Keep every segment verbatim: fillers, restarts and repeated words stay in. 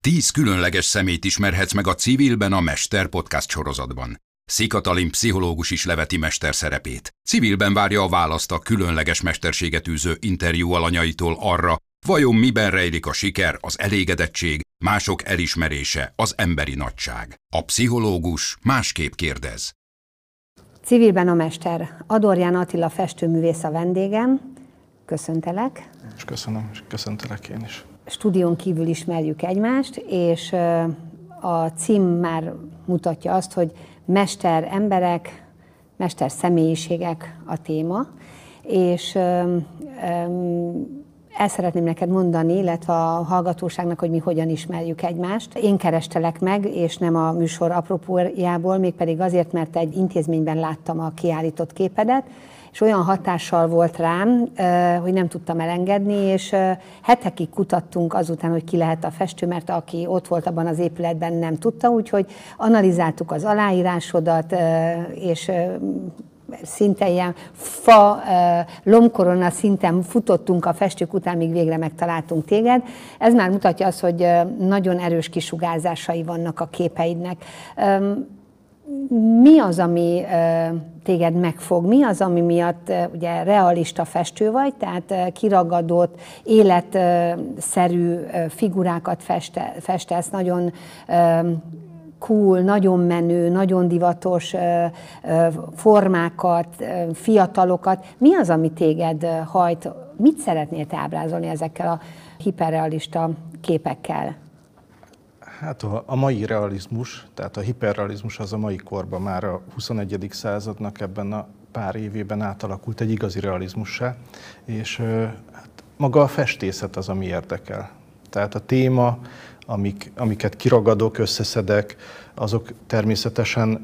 Tíz különleges személyt ismerhetsz meg a Civilben a Mester podcast sorozatban. Szii Katalin pszichológus is leveti mester szerepét. Civilben várja a választ a különleges mesterséget űző interjú alanyaitól arra, vajon miben rejlik a siker, az elégedettség, mások elismerése, az emberi nagyság. A pszichológus másképp kérdez. Civilben a Mester. Adorján Attila festőművész a vendégem. Köszöntelek. És köszönöm, és köszöntelek én is. Stúdión kívül ismerjük egymást, és a cím már mutatja azt, hogy mester emberek, mester személyiségek a téma, és el szeretném neked mondani, illetve a hallgatóságnak, hogy mi hogyan ismerjük egymást. Én kerestelek meg, és nem a műsor apropójából, mégpedig azért, mert egy intézményben láttam a kiállított képedet, és olyan hatással volt rám, hogy nem tudtam elengedni, és hetekig kutattunk azután, hogy ki lehet a festő, mert aki ott volt abban az épületben, nem tudta, úgyhogy analizáltuk az aláírásodat, és szinte ilyen fa, lombkorona szinten futottunk a festők után, míg végre megtaláltunk téged. Ez már mutatja azt, hogy nagyon erős kisugárzásai vannak a képeidnek. Mi az, ami téged megfog? Mi az, ami miatt ugye realista festő vagy, tehát kiragadott, életszerű figurákat feste, festesz, nagyon cool, nagyon menő, nagyon divatos formákat, fiatalokat. Mi az, ami téged hajt? Mit szeretnél te ábrázolni ezekkel a hiperrealista képekkel? Hát a mai realizmus, tehát a hiperrealizmus az a mai korban már a huszonegyedik századnak ebben a pár évében átalakult egy igazi realizmussá, és hát maga a festészet az, ami érdekel. Tehát a téma, amik, amiket kiragadok, összeszedek, azok természetesen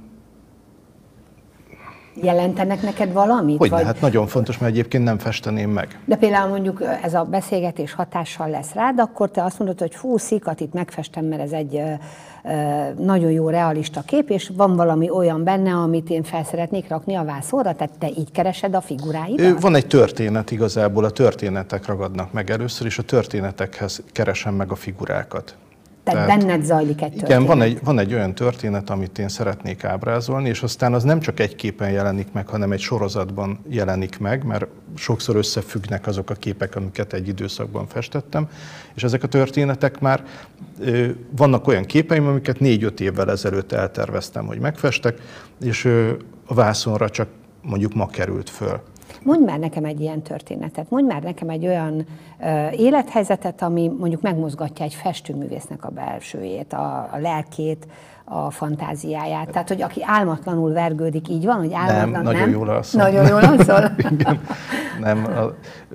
jelentenek neked valamit? Hogyne, vagy... hát nagyon fontos, mert egyébként nem festeném meg. De például mondjuk ez a beszélgetés hatással lesz rád, akkor te azt mondod, hogy hú, Szikat, itt megfestem, mert ez egy ö, ö, nagyon jó realista kép, és van valami olyan benne, amit én fel szeretnék rakni a vászonra, tehát te így keresed a figuráidat? Van egy történet igazából, a történetek ragadnak meg először, és a történetekhez keresem meg a figurákat. Tehát, Tehát benned zajlik egy történet. Igen, van egy, van egy olyan történet, amit én szeretnék ábrázolni, és aztán az nem csak egy képen jelenik meg, hanem egy sorozatban jelenik meg, mert sokszor összefüggnek azok a képek, amiket egy időszakban festettem, és ezek a történetek már ö, vannak olyan képeim, amiket négy-öt évvel ezelőtt elterveztem, hogy megfestek, és ö, a vászonra csak mondjuk ma került föl. Mondj már nekem egy ilyen történetet, mondj már nekem egy olyan ö, élethelyzetet, ami mondjuk megmozgatja egy festőművésznek a belsőjét, a, a lelkét, a fantáziáját. Tehát, hogy aki álmatlanul vergődik, így van, hogy álmatlan, nem? Nagyon nem? jól alszol. Nagyon jól alszol? Igen. Nem, a,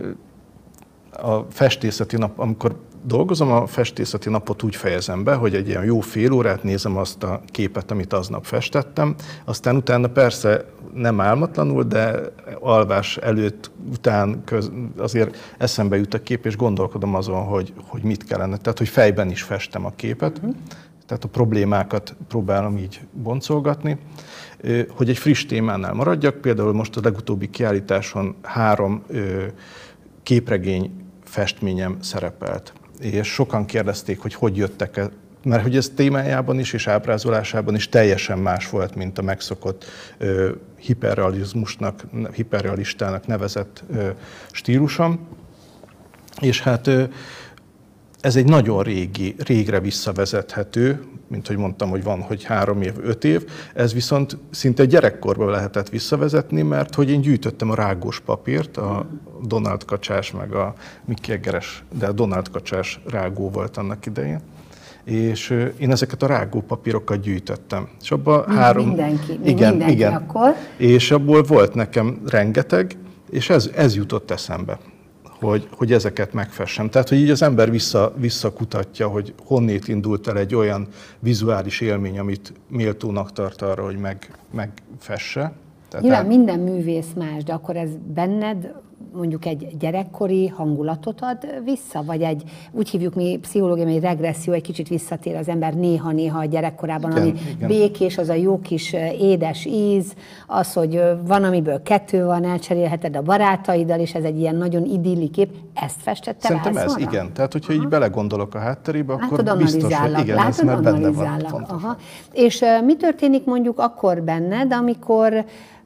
a festészeti nap, amikor dolgozom, a festészeti napot úgy fejezem be, hogy egy ilyen jó fél órát nézem azt a képet, amit aznap festettem, aztán utána persze nem álmatlanul, de alvás előtt, után köz, azért eszembe jut a kép, és gondolkodom azon, hogy, hogy mit kellene. Tehát, hogy fejben is festem a képet, uh-huh. tehát a problémákat próbálom így boncolgatni. Hogy egy friss témánál maradjak, például most a legutóbbi kiállításon három képregény festményem szerepelt. És sokan kérdezték, hogy hogy jöttek el, mert hogy ez témájában is és ábrázolásában is teljesen más volt, mint a megszokott ö, hiperrealizmusnak, hiperrealistának nevezett ö, stílusom. És hát ö, ez egy nagyon régi, régre visszavezethető, mint hogy mondtam, hogy van, hogy három év, öt év, ez viszont szinte gyerekkorban lehetett visszavezetni, mert hogy én gyűjtöttem a rágós papírt, a Donald Kacsás meg a Mickey Egeres, de a Donald Kacsás rágó volt annak idején. És én ezeket a rágópapírokat gyűjtöttem. És abban mind, három... Mindenki, igen, mindenki igen. akkor. És abból volt nekem rengeteg, és ez, ez jutott eszembe, hogy, hogy ezeket megfessem. Tehát, hogy így az ember vissza, visszakutatja, hogy honnét indult el egy olyan vizuális élmény, amit méltónak tart arra, hogy meg, megfesse. Nyilván minden művész más, de akkor ez benned mondjuk egy gyerekkori hangulatot ad vissza, vagy egy, úgy hívjuk mi pszichológiai, egy regresszió, egy kicsit visszatér az ember néha-néha a gyerekkorában, igen, ami igen. békés, az a jó kis édes íz, az, hogy van, amiből kettő van, elcserélheted a barátaiddal, és ez egy ilyen nagyon idilli kép. Ezt festette rá? Szerintem ez, igen. Tehát, hogyha Aha. így belegondolok a hátterébe, akkor Látod, biztos, hogy igen, Látod, ez már benne van. Aha. És uh, mi történik mondjuk akkor benned, amikor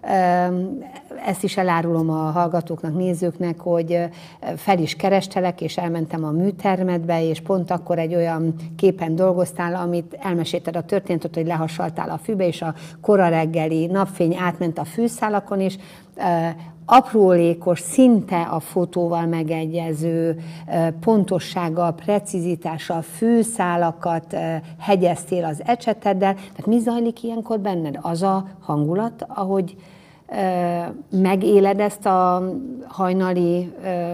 ezt is elárulom a hallgatóknak, nézőknek, hogy fel is kerestelek, és elmentem a műtermedbe, és pont akkor egy olyan képen dolgoztál, amit elmesélted a történetet, hogy lehasaltál a fűbe, és a kora reggeli napfény átment a fűszálakon, és aprólékos, szinte a fotóval megegyező pontossággal, precizitással, fűszálakat hegyeztél az ecseteddel. Tehát mi zajlik ilyenkor benned? Az a hangulat, ahogy megéled ezt a hajnali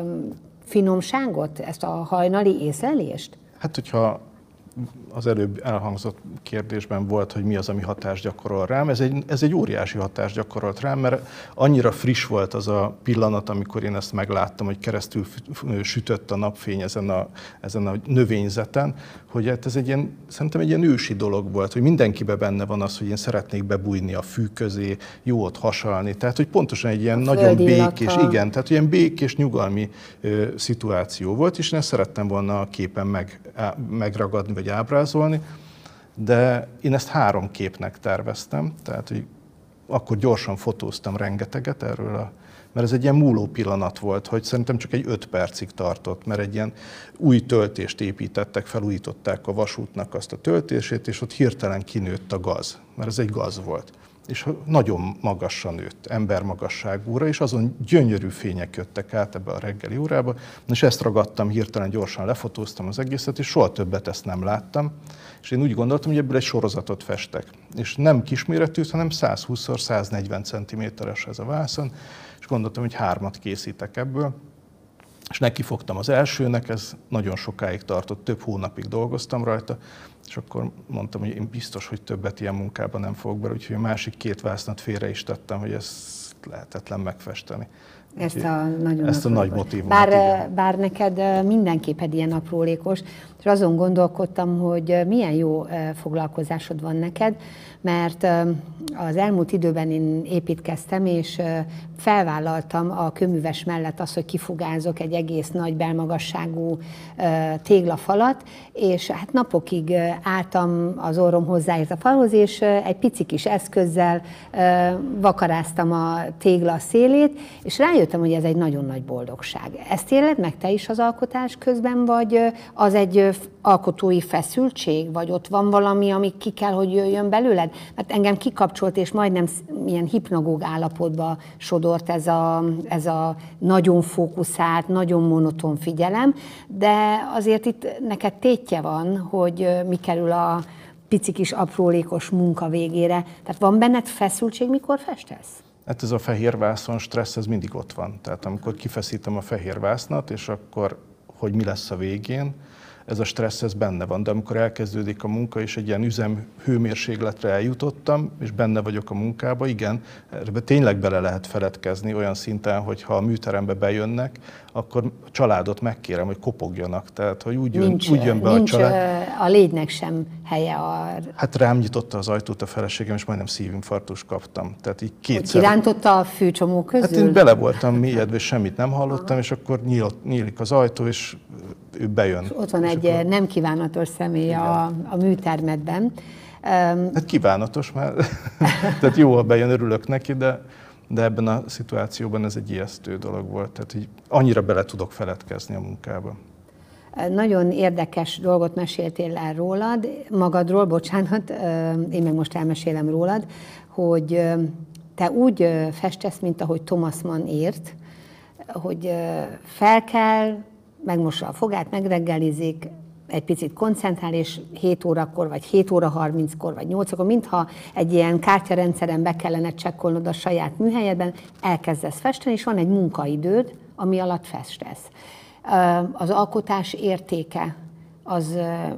finomságot, ezt a hajnali észlelést? Hát, hogyha az előbb elhangzott kérdésben volt, hogy mi az, ami hatást gyakorol rám. Ez egy, ez egy óriási hatást gyakorolt rám, mert annyira friss volt az a pillanat, amikor én ezt megláttam, hogy keresztül sütött a napfény ezen a, ezen a növényzeten, hogy hát ez egy ilyen, szerintem egy ilyen ősi dolog volt, hogy mindenkiben benne van az, hogy én szeretnék bebújni a fű közé, jó ott hasalni. Tehát, hogy pontosan egy ilyen a nagyon békés, igen, tehát ilyen békés, nyugalmi ö, szituáció volt, és én ezt szerettem volna a képen meg, á, megragadni, vagy ábrázolni, de én ezt három képnek terveztem, tehát hogy akkor gyorsan fotóztam rengeteget erről, a, mert ez egy ilyen múló pillanat volt, hogy szerintem csak egy öt percig tartott, mert egy ilyen új töltést építettek, felújították a vasútnak azt a töltését, és ott hirtelen kinőtt a gaz, mert ez egy gaz volt. És nagyon magasra nőtt, embermagasságúra, és azon gyönyörű fények jöttek át ebbe a reggeli órába, és ezt ragadtam, hirtelen gyorsan lefotóztam az egészet, és soha többet ezt nem láttam, és én úgy gondoltam, hogy ebből egy sorozatot festek. És nem kisméretű, hanem száz húsz szor száz negyven centiméteres ez a vászon, és gondoltam, hogy hármat készítek ebből, és nekifogtam az elsőnek, ez nagyon sokáig tartott, több hónapig dolgoztam rajta, és akkor mondtam, hogy én biztos, hogy többet ilyen munkában nem fogok bele, úgyhogy a másik két vásznat félre is tettem, hogy ezt lehetetlen megfesteni. Ezt a, nagyon ezt a nagy motívumot. Bár, bár neked mindenképp egy ilyen aprólékos, és azon gondolkodtam, hogy milyen jó foglalkozásod van neked, mert az elmúlt időben én építkeztem, és felvállaltam a kőműves mellett azt, hogy kifugázok egy egész nagy belmagasságú téglafalat, és hát napokig álltam, az orrom hozzáért a falhoz, és egy pici kis eszközzel vakaráztam a tégla szélét, és rájöttem, hogy ez egy nagyon nagy boldogság. Ezt éled meg te is az alkotás közben, vagy az egy alkotói feszültség, vagy ott van valami, ami ki kell, hogy jöjjön belőled? Mert engem kikapcsolt, és majdnem ilyen hipnagóg állapotba sodort ez a, ez a nagyon fókuszált, nagyon monoton figyelem, de azért itt neked tétje van, hogy mi kerül a pici kis aprólékos munka végére. Tehát van benned feszültség, mikor festesz? Hát ez a fehér vászon stressz, ez mindig ott van. Tehát amikor kifeszítem a fehér vásznat, és akkor, hogy mi lesz a végén, ez a stressz, ez benne van, de amikor elkezdődik a munka, és egy ilyen üzem hőmérsékletre eljutottam, és benne vagyok a munkában, igen, ebbe tényleg bele lehet feledkezni olyan szinten, hogy ha a műterembe bejönnek, akkor a családot megkérem, hogy kopogjanak, tehát hogy úgy jön, nincs, úgy jön be nincs a család. a légynek sem helye a... Hát rám nyitotta az ajtót a feleségem, és majdnem szívinfarktust kaptam. Tehát így kétszer... Kirántotta a fűcsomó közül? Hát én bele voltam mélyedve, és semmit nem hallottam, Aha. és akkor nyílt, nyílik az ajtó, és ő bejön. Ott van egy akkor... nem kívánatos személy a, a műtermedben. Hát kívánatos már, tehát jó, ha bejön, örülök neki, de, de ebben a szituációban ez egy ijesztő dolog volt. Tehát így annyira bele tudok feledkezni a munkába. Nagyon érdekes dolgot meséltél el rólad, magadról, bocsánat, én meg most elmesélem rólad, hogy te úgy festesz, mint ahogy Thomas Mann írt, hogy fel kell, megmossa a fogát, megreggelizik, egy picit koncentrál, és hét órakor, vagy hét óra harminckor, vagy nyolcakor, mintha egy ilyen kártyarendszeren be kellene csekkolnod a saját műhelyedben, elkezdesz festeni, és van egy munkaidőd, ami alatt festesz. Az alkotás értéke, az,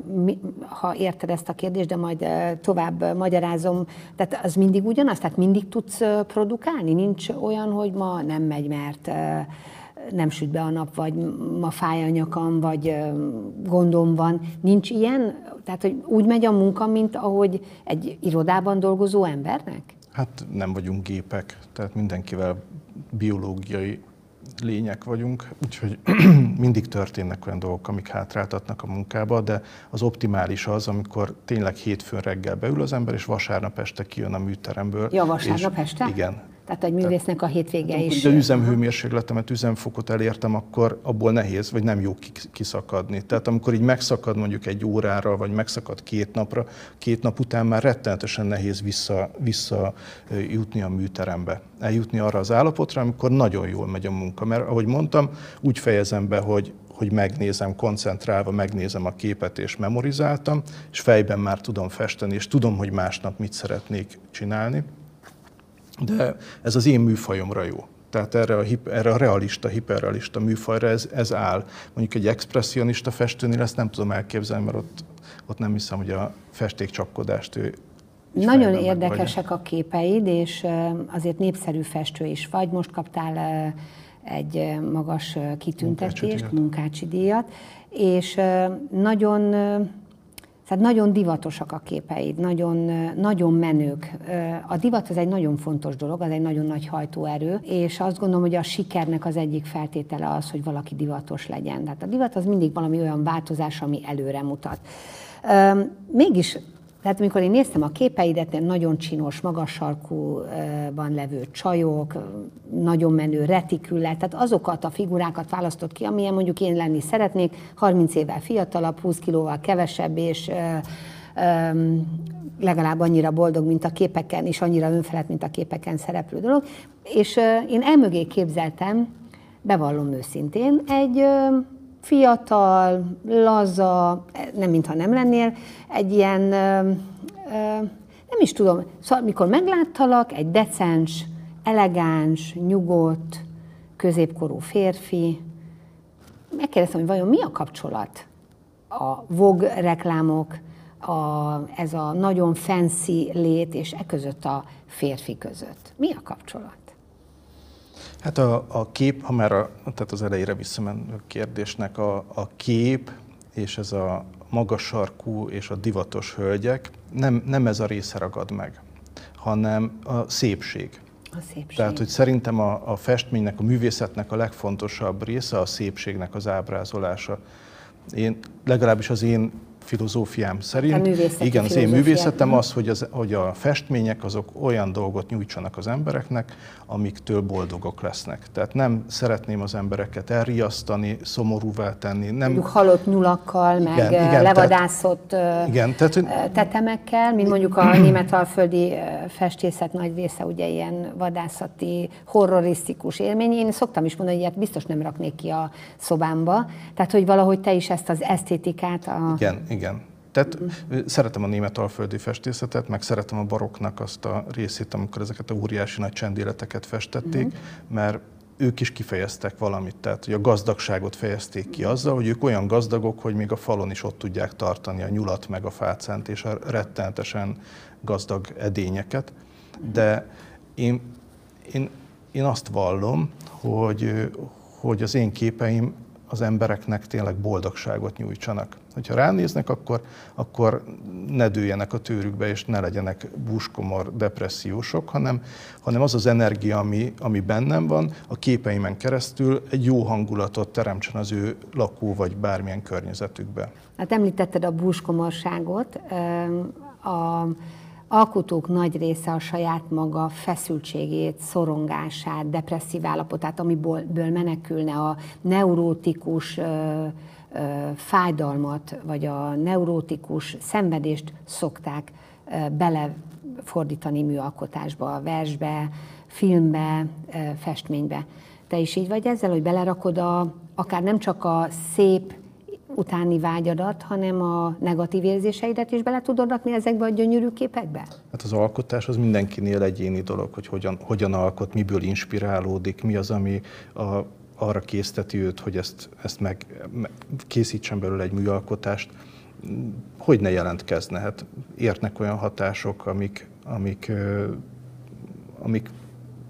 ha érted ezt a kérdést, de majd tovább magyarázom, tehát az mindig ugyanaz? Tehát mindig tudsz produkálni? Nincs olyan, hogy ma nem megy, mert nem süt be a nap, vagy ma fáj a nyakam, vagy gondom van. Nincs ilyen? Tehát, hogy úgy megy a munka, mint ahogy egy irodában dolgozó embernek? Hát nem vagyunk gépek, tehát mindenkivel biológiai lények vagyunk, úgyhogy mindig történnek olyan dolgok, amik hátráltatnak a munkába, de az optimális az, amikor tényleg hétfőn reggel beül az ember, és vasárnap este kijön a műteremből. Ja, vasárnap este? Igen. Tehát egy művésznek a hétvége Tehát, is. Ha üzemhőmérsékletemet, üzemfokot elértem, akkor abból nehéz, vagy nem jó kiszakadni. Tehát amikor így megszakad mondjuk egy órára, vagy megszakad két napra, két nap után már rettenetesen nehéz vissza, vissza jutni a műterembe. Eljutni arra az állapotra, amikor nagyon jól megy a munka. Mert ahogy mondtam, úgy fejezem be, hogy hogy megnézem, koncentrálva megnézem a képet és memorizáltam, és fejben már tudom festeni, és tudom, hogy másnap mit szeretnék csinálni. De ez az én műfajomra jó. Tehát erre a, erre a realista, hiperrealista műfajra ez, ez áll. Mondjuk egy expresszionista festőnél ezt nem tudom elképzelni, mert ott, ott nem hiszem, hogy a festékcsapkodást ő Nagyon érdekesek a képeid, és azért népszerű festő is vagy. Most kaptál egy magas kitüntetést, Munkácsi díjat, és nagyon, tehát nagyon divatosak a képeid, nagyon, nagyon menők. A divat az egy nagyon fontos dolog, az egy nagyon nagy hajtóerő, és azt gondolom, hogy a sikernek az egyik feltétele az, hogy valaki divatos legyen. Tehát a divat az mindig valami olyan változás, ami előre mutat. Mégis, tehát amikor én néztem a képeidet, nagyon csinos, magas sarkúban levő csajok, nagyon menő retikület, tehát azokat a figurákat választott ki, amilyen mondjuk én lenni szeretnék, harminc évvel fiatalabb, húsz kilóval kevesebb, és ö, ö, legalább annyira boldog, mint a képeken, és annyira önfelett, mint a képeken szereplő dolog. És ö, én elmögé képzeltem, bevallom őszintén, egy ö, fiatal, laza, nem mintha nem lennél, egy ilyen, ö, ö, nem is tudom, szóval mikor megláttalak, egy decens, elegáns, nyugodt, középkorú férfi, megkérdeztem, hogy vajon mi a kapcsolat a Vogue reklámok, a, ez a nagyon fancy lét, és e között a férfi között. Mi a kapcsolat? Hát a, a kép, ha már a, tehát az elejére visszamenő kérdésnek, a, a kép és ez a magas sarkú és a divatos hölgyek, nem, nem ez a része ragad meg, hanem a szépség. A szépség. Tehát, hogy szerintem a, a festménynek, a művészetnek a legfontosabb része a szépségnek az ábrázolása. Én, legalábbis az én filozófiám szerint, igen, az én művészetem az, hogy, az, hogy a festmények azok olyan dolgot nyújtsanak az embereknek, amiktől boldogok lesznek. Tehát nem szeretném az embereket elriasztani, szomorúvá tenni. Nem... Mondjuk halott nyulakkal, igen, meg igen, levadászott tehát, igen, tehát, tetemekkel, mint mondjuk a németalföldi festészet nagy része ugye ilyen vadászati, horrorisztikus élmény. Én szoktam is mondani, hogy ilyet biztos nem raknék ki a szobámba. Tehát, hogy valahogy te is ezt az esztétikát... A... Igen, igen. Tehát mm. szeretem a németalföldi festészetet, meg szeretem a barokknak azt a részét, amikor ezeket a óriási nagy csendéleteket festették, mm. mert ők is kifejeztek valamit, tehát hogy a gazdagságot fejezték ki azzal, hogy ők olyan gazdagok, hogy még a falon is ott tudják tartani a nyulat, meg a fácánt, és a rettenetesen gazdag edényeket. De én, én, én azt vallom, hogy, hogy az én képeim az embereknek tényleg boldogságot nyújtsanak. Hogyha ránéznek, akkor, akkor ne dőljenek a tőrükbe, és ne legyenek búskomor depressziósok, hanem, hanem az az energia, ami, ami bennem van, a képeimen keresztül egy jó hangulatot teremtsen az ő lakó vagy bármilyen környezetükbe. Hát említetted a búskomorságot. A alkotók nagy része a saját maga feszültségét, szorongását, depresszív állapotát, amiből menekülne, a neurótikus fájdalmat, vagy a neurótikus szenvedést szokták belefordítani műalkotásba, versbe, filmbe, festménybe. Te is így vagy ezzel, hogy belerakod a, akár nem csak a szép utáni vágyadat, hanem a negatív érzéseidet is bele tudod rakni ezekbe a gyönyörű képekbe? Hát az alkotás az mindenkinél egyéni dolog, hogy hogyan, hogyan alkot, miből inspirálódik, mi az, ami a, arra készteti őt, hogy ezt, ezt meg, meg készítsen belőle egy műalkotást. Hogy ne jelentkezne? Hát értnek olyan hatások, amik, amik, amik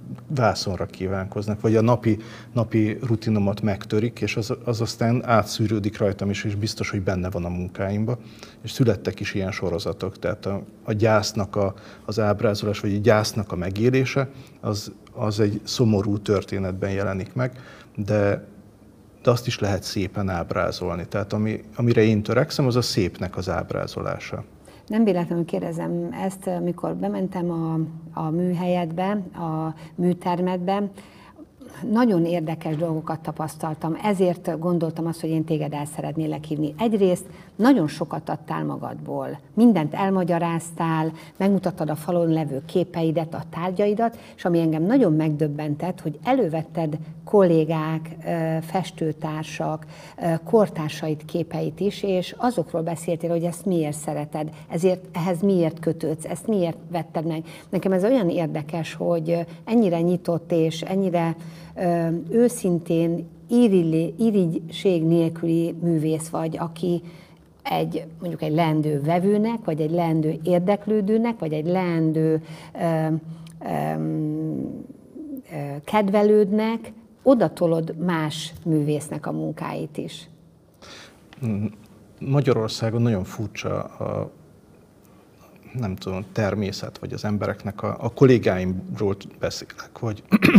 vászonra kívánkoznak, vagy a napi, napi rutinomat megtörik, és az, az aztán átszűrődik rajtam is, és biztos, hogy benne van a munkáimba. És születtek is ilyen sorozatok, tehát a, a gyásznak a, az ábrázolás, vagy a gyásznak a megélése, az, az egy szomorú történetben jelenik meg, de, de azt is lehet szépen ábrázolni. Tehát ami, amire én törekszem, az a szépnek az ábrázolása. Nem véletlenül kérdezem ezt, amikor bementem a, a műhelyedbe, a műtermetbe, nagyon érdekes dolgokat tapasztaltam, ezért gondoltam azt, hogy én téged el szeretnélek hívni. Egyrészt nagyon sokat adtál magadból, mindent elmagyaráztál, megmutattad a falon levő képeidet, a tárgyaidat, és ami engem nagyon megdöbbentett, hogy elővetted kollégák, festőtársak, kortársaid képeit is, és azokról beszéltél, hogy ezt miért szereted, ezért ehhez miért kötődsz, ezt miért vetted meg. Nekem ez olyan érdekes, hogy ennyire nyitott és ennyire ö, őszintén irigy, irigység nélküli művész vagy, aki egy, mondjuk egy leendő vevőnek, vagy egy leendő érdeklődőnek, vagy egy leendő ö, ö, ö, kedvelődnek, odatolod más művésznek a munkáit is. Magyarországon nagyon furcsa a, nem tudom, természet, vagy az embereknek, a, a kollégáimról beszélek, hogy,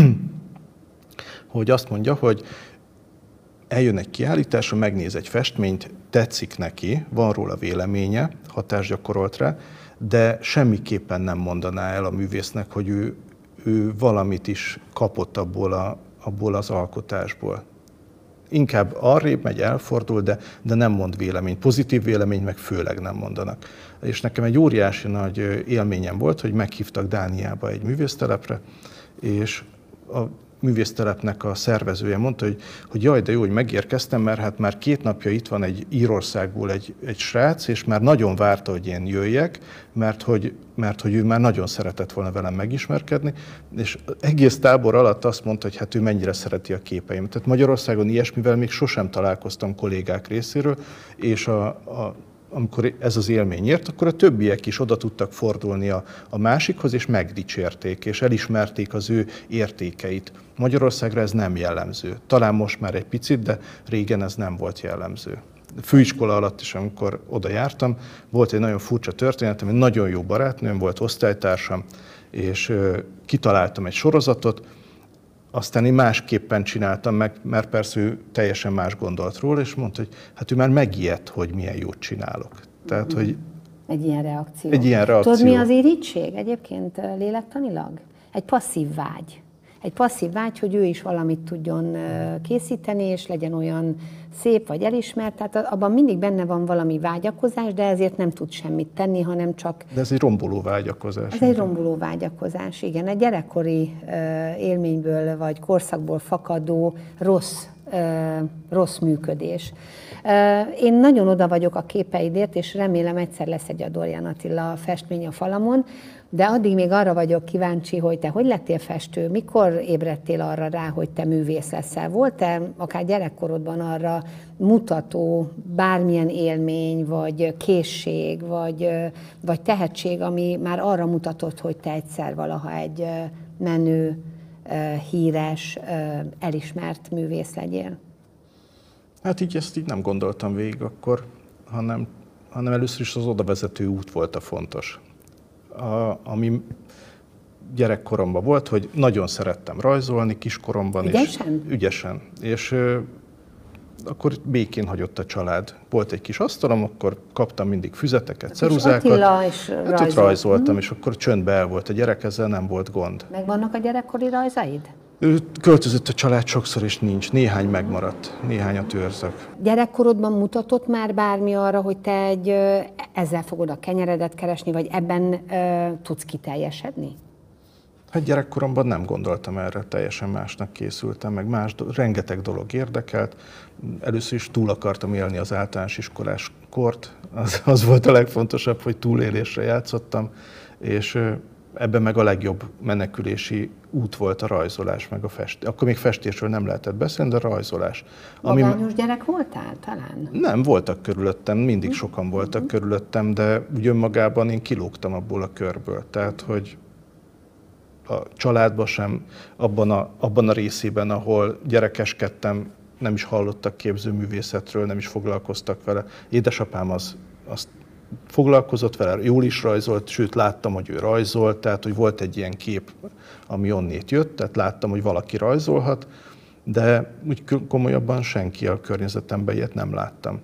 hogy azt mondja, hogy eljön egy kiállításra, megnéz egy festményt, tetszik neki, van róla véleménye, hatást gyakorolt rá, de semmiképpen nem mondaná el a művésznek, hogy ő, ő valamit is kapott abból, a, abból az alkotásból. Inkább arrébb megy, elfordul, de, de nem mond véleményt. Pozitív véleményt meg főleg nem mondanak. És nekem egy óriási nagy élményem volt, hogy meghívtak Dániába egy művésztelepre, és a művésztelepnek a szervezője mondta, hogy, hogy jaj, de jó, hogy megérkeztem, mert hát már két napja itt van egy Írországból egy, egy srác, és már nagyon várta, hogy én jöjjek, mert hogy, mert hogy ő már nagyon szeretett volna velem megismerkedni, és egész tábor alatt azt mondta, hogy hát ő mennyire szereti a képeimet. Tehát Magyarországon ilyesmivel még sosem találkoztam kollégák részéről, és a, a amikor ez az élmény ért, akkor a többiek is oda tudtak fordulni a, a másikhoz, és megdicsérték, és elismerték az ő értékeit. Magyarországra ez nem jellemző. Talán most már egy picit, de régen ez nem volt jellemző. Főiskola alatt is, amikor oda jártam, volt egy nagyon furcsa történetem, egy nagyon jó barátnőm volt, osztálytársam, és ö, kitaláltam egy sorozatot, aztán én másképpen csináltam meg, mert persze ő teljesen más gondolt róla, és mondta, hogy hát ő már megijedt, hogy milyen jót csinálok. Tehát, mm. hogy egy ilyen reakció. Egy ilyen reakció. Tudod, mi az irigység egyébként lélektanilag? Egy passzív vágy. Egy passzív vágy, hogy ő is valamit tudjon készíteni, és legyen olyan szép vagy elismert. Tehát abban mindig benne van valami vágyakozás, de ezért nem tud semmit tenni, hanem csak... De ez egy romboló vágyakozás. Ez egy romboló vágyakozás, igen. Egy gyerekkori élményből vagy korszakból fakadó rossz, rossz működés. Én nagyon oda vagyok a képeidért, és remélem egyszer lesz egy a Dorján Attila festmény a falamon, de addig még arra vagyok kíváncsi, hogy te hogy lettél festő, mikor ébredtél arra rá, hogy te művész leszel? Volt-e akár gyerekkorodban arra mutató bármilyen élmény, vagy készség, vagy, vagy tehetség, ami már arra mutatott, hogy te egyszer valaha egy menő, híres, elismert művész legyél? Hát így ezt így nem gondoltam végig akkor, hanem, hanem először is az odavezető út volt a fontos. A, ami gyerekkoromban volt, hogy nagyon szerettem rajzolni kiskoromban. Ügyesen? És ügyesen. És ö, akkor békén hagyott a család. Volt egy kis asztalom, akkor kaptam mindig füzeteket, ceruzákat. Attila is hát rajzolt. ott rajzoltam, hmm. és akkor csöndbe el volt a gyerek, ezzel nem volt gond. Megvannak a gyerekkori rajzaid? Ő költözött a család sokszor, és nincs. Néhány megmaradt, néhányat őrzök. Gyerekkorodban mutatott már bármi arra, hogy te egy, ezzel fogod a kenyeredet keresni, vagy ebben ö, tudsz kiteljesedni? Hát gyerekkoromban nem gondoltam erre, teljesen másnak készültem, meg más, rengeteg dolog érdekelt. Először is túl akartam élni az általános iskolás kort, az, az volt a legfontosabb, hogy túlélésre játszottam, és ebben meg a legjobb menekülési út volt a rajzolás, meg a festés. Akkor még festésről nem lehetett beszélni, de a rajzolás. Magányos ami... gyerek voltál talán? Nem, voltak körülöttem, mindig sokan voltak uh-huh. körülöttem, de úgy önmagában én kilógtam abból a körből. Tehát, hogy a családban sem, abban a, abban a részében, ahol gyerekeskedtem, nem is hallottak képzőművészetről, nem is foglalkoztak vele. Édesapám az, azt foglalkozott vele, jól is rajzolt, sőt láttam, hogy ő rajzolt, tehát hogy volt egy ilyen kép, ami onnét jött, tehát láttam, hogy valaki rajzolhat, de úgy komolyabban senki a környezetemben ilyet nem láttam.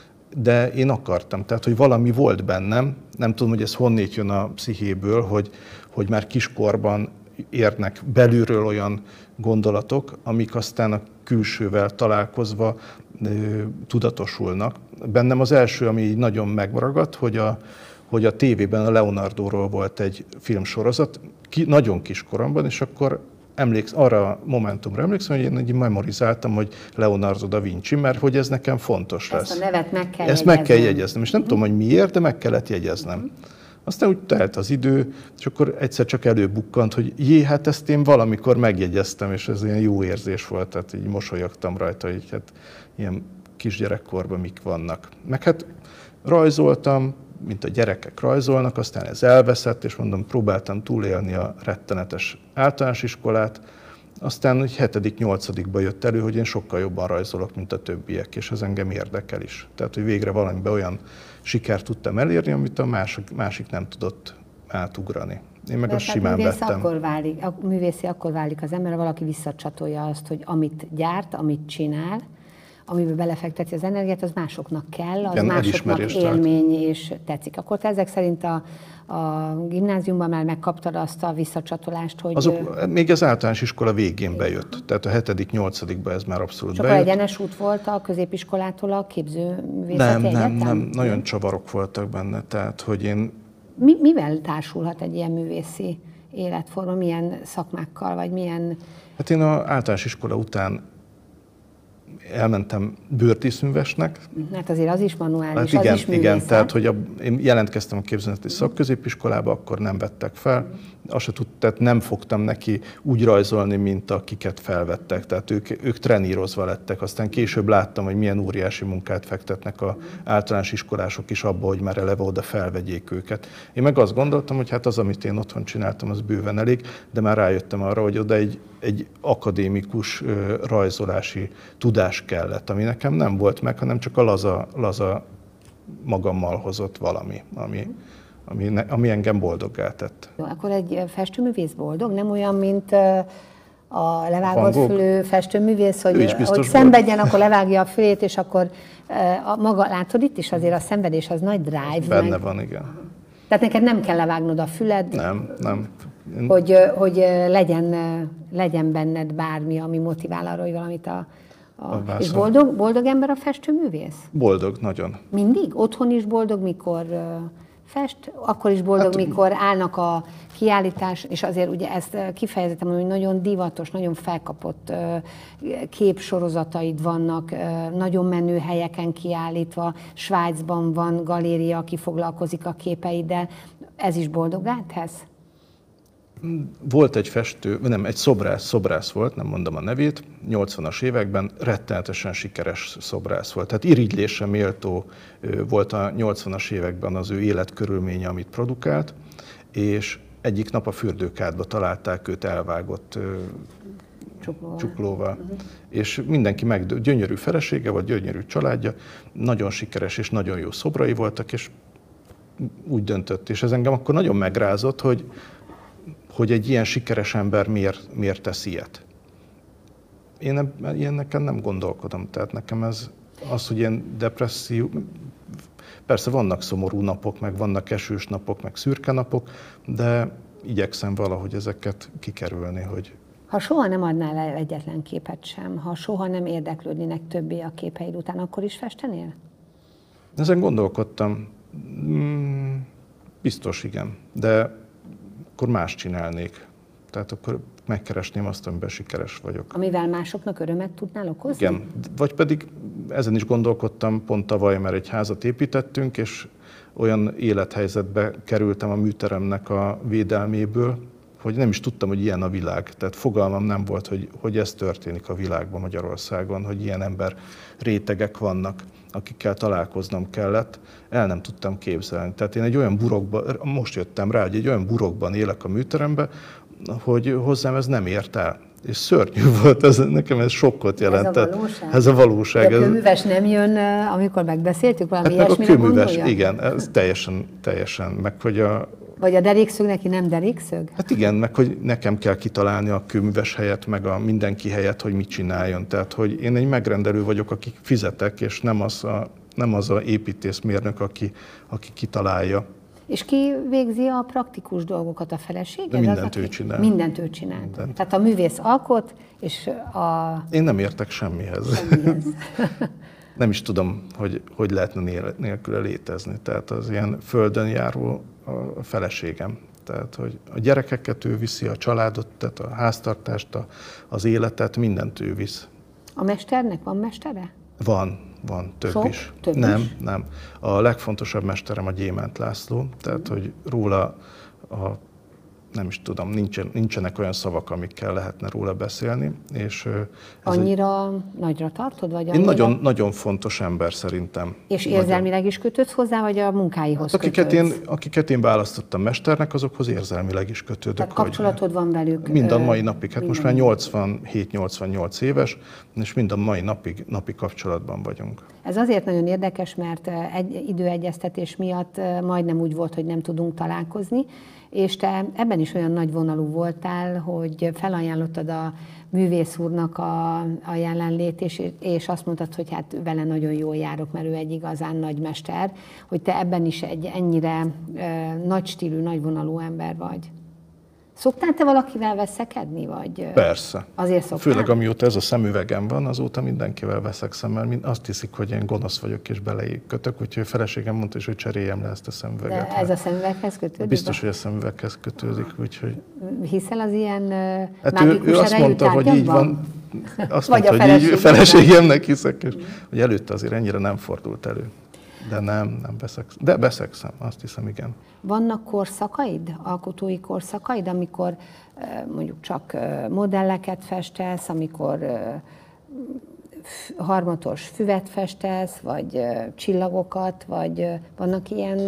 De én akartam, tehát hogy valami volt bennem, nem tudom, hogy ez honnét jön a pszichéből, hogy, hogy már kiskorban érnek belülről olyan gondolatok, amik aztán a külsővel találkozva ö, tudatosulnak. Bennem az első, ami így nagyon megragadt, hogy a, hogy a tévében a Leonardóról volt egy filmsorozat, ki, nagyon kiskoromban, és akkor emléksz, arra a momentumra emlékszem, hogy én így memorizáltam, hogy Leonardo da Vinci, mert hogy ez nekem fontos lesz. Ezt a nevet meg kell Ezt jegyeznem. meg kell jegyeznem, és nem tudom, hogy miért, de meg kellett jegyeznem. Aztán úgy telt az idő, és akkor egyszer csak előbukkant, hogy jé, hát ezt én valamikor megjegyeztem, és ez ilyen jó érzés volt, tehát így mosolyogtam rajta, hogy hát ilyen kisgyerekkorban mik vannak. Meg hát rajzoltam, mint a gyerekek rajzolnak, aztán ez elveszett, és mondom, próbáltam túlélni a rettenetes általános iskolát, aztán hogy hetedik, nyolcadikba jött elő, hogy én sokkal jobban rajzolok, mint a többiek, és ez engem érdekel is. Tehát, hogy végre valamiben olyan sikert tudtam elérni, amit a másik, másik nem tudott átugrani. Én meg azt simán művész vettem. Akkor válik, a művészi akkor válik az ember, ha valaki visszacsatolja azt, hogy amit gyárt, amit csinál, amiben belefekteti az energiát, az másoknak kell, az Igen, másoknak elismerést élmény és tetszik. Akkor te ezek szerint a, a gimnáziumban már megkaptad azt a visszacsatolást, hogy... Azok, még az általános iskola végén bejött, tehát a hetedik, nyolcadikba ez már abszolút csak bejött. akkor egyenes út volt a középiskolától a képzőművészeti Nem, nem, egyetem? nem, nagyon csavarok voltak benne, tehát hogy én... Mi, mivel társulhat egy ilyen művészi életforma, milyen szakmákkal, vagy milyen... Hát én az általános iskola után elmentem bőrtíszművesnek. Hát azért az is manuális, Hát az igen, is művészet. igen, tehát hogy a, én jelentkeztem a képzőművészeti szakközépiskolába, akkor nem vettek fel. Azt se tud, tehát nem fogtam neki úgy rajzolni, mint akiket felvettek. Tehát ők, ők trenírozva lettek. Aztán később láttam, hogy milyen óriási munkát fektetnek az általános iskolások is abba, hogy már eleve oda felvegyék őket. Én meg azt gondoltam, hogy hát az, amit én otthon csináltam, az bőven elég, de már rájöttem arra, hogy oda egy, egy akadémikus rajzolási tudás kellett, ami nekem nem volt meg, hanem csak a laza, laza magammal hozott valami, ami, ami, ne, ami engem boldoggá tett. Jó, akkor egy festőművész boldog, nem olyan, mint a levágott fülű festőművész, hogy, hogy szenvedjen, akkor levágja a fülét, és akkor a maga, látod itt is azért a szenvedés az nagy drive. Benne meg. van, igen. Tehát neked nem kell levágnod a füled? Nem, nem. Én... Hogy, hogy legyen, legyen benned bármi, ami motivál arra, hogy valamit a... a... a és boldog, boldog ember a festőművész? Boldog, nagyon. Mindig? Otthon is boldog, mikor fest? Akkor is boldog, hát, mikor állnak a kiállítás, és azért ugye ezt kifejezetten, hogy nagyon divatos, nagyon felkapott képsorozataid vannak, nagyon menő helyeken kiállítva, Svájcban van galéria, aki foglalkozik a képeiddel. Ez is boldoggá tesz? Volt egy festő, nem, egy szobrász, szobrász volt, nem mondom a nevét, nyolcvanas években rettenetesen sikeres szobrász volt. Tehát irigylésre méltó volt a nyolcvanas években az ő életkörülménye, amit produkált, és egyik nap a fürdőkádba találták őt elvágott csuklóval. csuklóval. Uh-huh. És mindenki meg, gyönyörű felesége vagy gyönyörű családja, nagyon sikeres és nagyon jó szobrai voltak, és úgy döntött. És ez engem akkor nagyon megrázott, hogy hogy egy ilyen sikeres ember miért, miért tesz ilyet. Én ilyen nekem nem gondolkodom, tehát nekem ez az, hogy ilyen depresszió, persze vannak szomorú napok, meg vannak esős napok, meg szürke napok, de igyekszem valahogy ezeket kikerülni, hogy... Ha soha nem adnál el egyetlen képet sem, ha soha nem érdeklődnének többé a képeid után, akkor is festenél? Ezen gondolkodtam. Hmm, biztos igen, de akkor más csinálnék. Tehát akkor megkeresném azt, amiben sikeres vagyok. Amivel másoknak örömet tudnál okozni? Igen, vagy pedig ezen is gondolkodtam pont tavaly, mert egy házat építettünk, és olyan élethelyzetbe kerültem a műteremnek a védelméből, hogy nem is tudtam, hogy ilyen a világ. Tehát fogalmam nem volt, hogy, hogy ez történik a világban, Magyarországon, hogy ilyen ember rétegek vannak, akikkel találkoznom kellett, el nem tudtam képzelni. Tehát én egy olyan burokban, most jöttem rá, hogy egy olyan burokban élek a műteremben, hogy hozzám ez nem ért el. És szörnyű volt, ez, nekem ez sokkot jelentett. Ez a valóság? Ez a valóság. De a kőműves nem jön, amikor megbeszéltük valami hát ilyesmire a kőműves, gondolja? igen, ez teljesen, teljesen, meg hogy a... Vagy a derékszög neki nem derékszög? Hát igen, meg hogy nekem kell kitalálni a kőműves helyet, meg a mindenki helyet, hogy mit csináljon. Tehát, hogy én egy megrendelő vagyok, aki fizetek, és nem az a, nem az a építészmérnök, aki, aki kitalálja. És ki végzi a praktikus dolgokat, a feleséged? De mindent az, aki... ő csinál. Mindent ő csinál. Mindent. Tehát a művész alkot, és a... Én nem értek semmihez. semmihez. Nem is tudom, hogy hogy lehetne nélküle létezni. Tehát az ilyen földön járó a feleségem. Tehát, hogy a gyerekeket ő viszi, a családot, tehát a háztartást, a, az életet, mindent ő visz. A mesternek van mestere? Van, van, több Sok? is. Több nem, is? nem. A legfontosabb mesterem a Gyémánt László, tehát, hogy róla a nem is tudom, nincsen, nincsenek olyan szavak, amikkel lehetne róla beszélni. És ez annyira egy... nagyra tartod? Vagy annyira... Én nagyon, nagyon fontos ember szerintem. És érzelmileg is kötődsz hozzá, vagy a munkáihoz hát, akiket én, kötődsz? akiket én választottam mesternek, azokhoz érzelmileg is kötődök. Tehát kapcsolatod van velük? Mind a mai napig. Hát minden. most már nyolcvanhét nyolcvannyolc éves, és mind a mai napig napi kapcsolatban vagyunk. Ez azért nagyon érdekes, mert egy időegyeztetés miatt majdnem úgy volt, hogy nem tudunk találkozni, és te ebben is olyan nagy vonalú voltál, hogy felajánlottad a művész úrnak a, a jelenlét, és, és azt mondtad, hogy hát vele nagyon jól járok, mert ő egy igazán nagy mester, hogy te ebben is egy ennyire e, nagy stílű, nagy vonalú ember vagy. Szoktál te valakivel veszekedni, vagy? Persze. Azért szoktál? Főleg amióta ez a szemüvegem van, azóta mindenkivel veszekszem, mert azt hiszik, hogy én gonosz vagyok és belekötök, úgyhogy a feleségem mondta is, hogy cseréljem le ezt a szemüveget. De ez a szemüveghez kötődik? Biztos, hogy a szemüveghez kötődik, úgyhogy... Hiszel az ilyen hát mágikus ő, ő azt mondta, hogy így van, azt vagy mondta, a hogy így feleségemnek hiszek, és hogy előtte azért ennyire nem fordult elő. De nem, nem beszegszem. De beszegszem, azt hiszem, igen. Vannak korszakaid, alkotói korszakaid, amikor mondjuk csak modelleket festesz, amikor harmatos füvet festesz, vagy csillagokat, vagy vannak ilyen...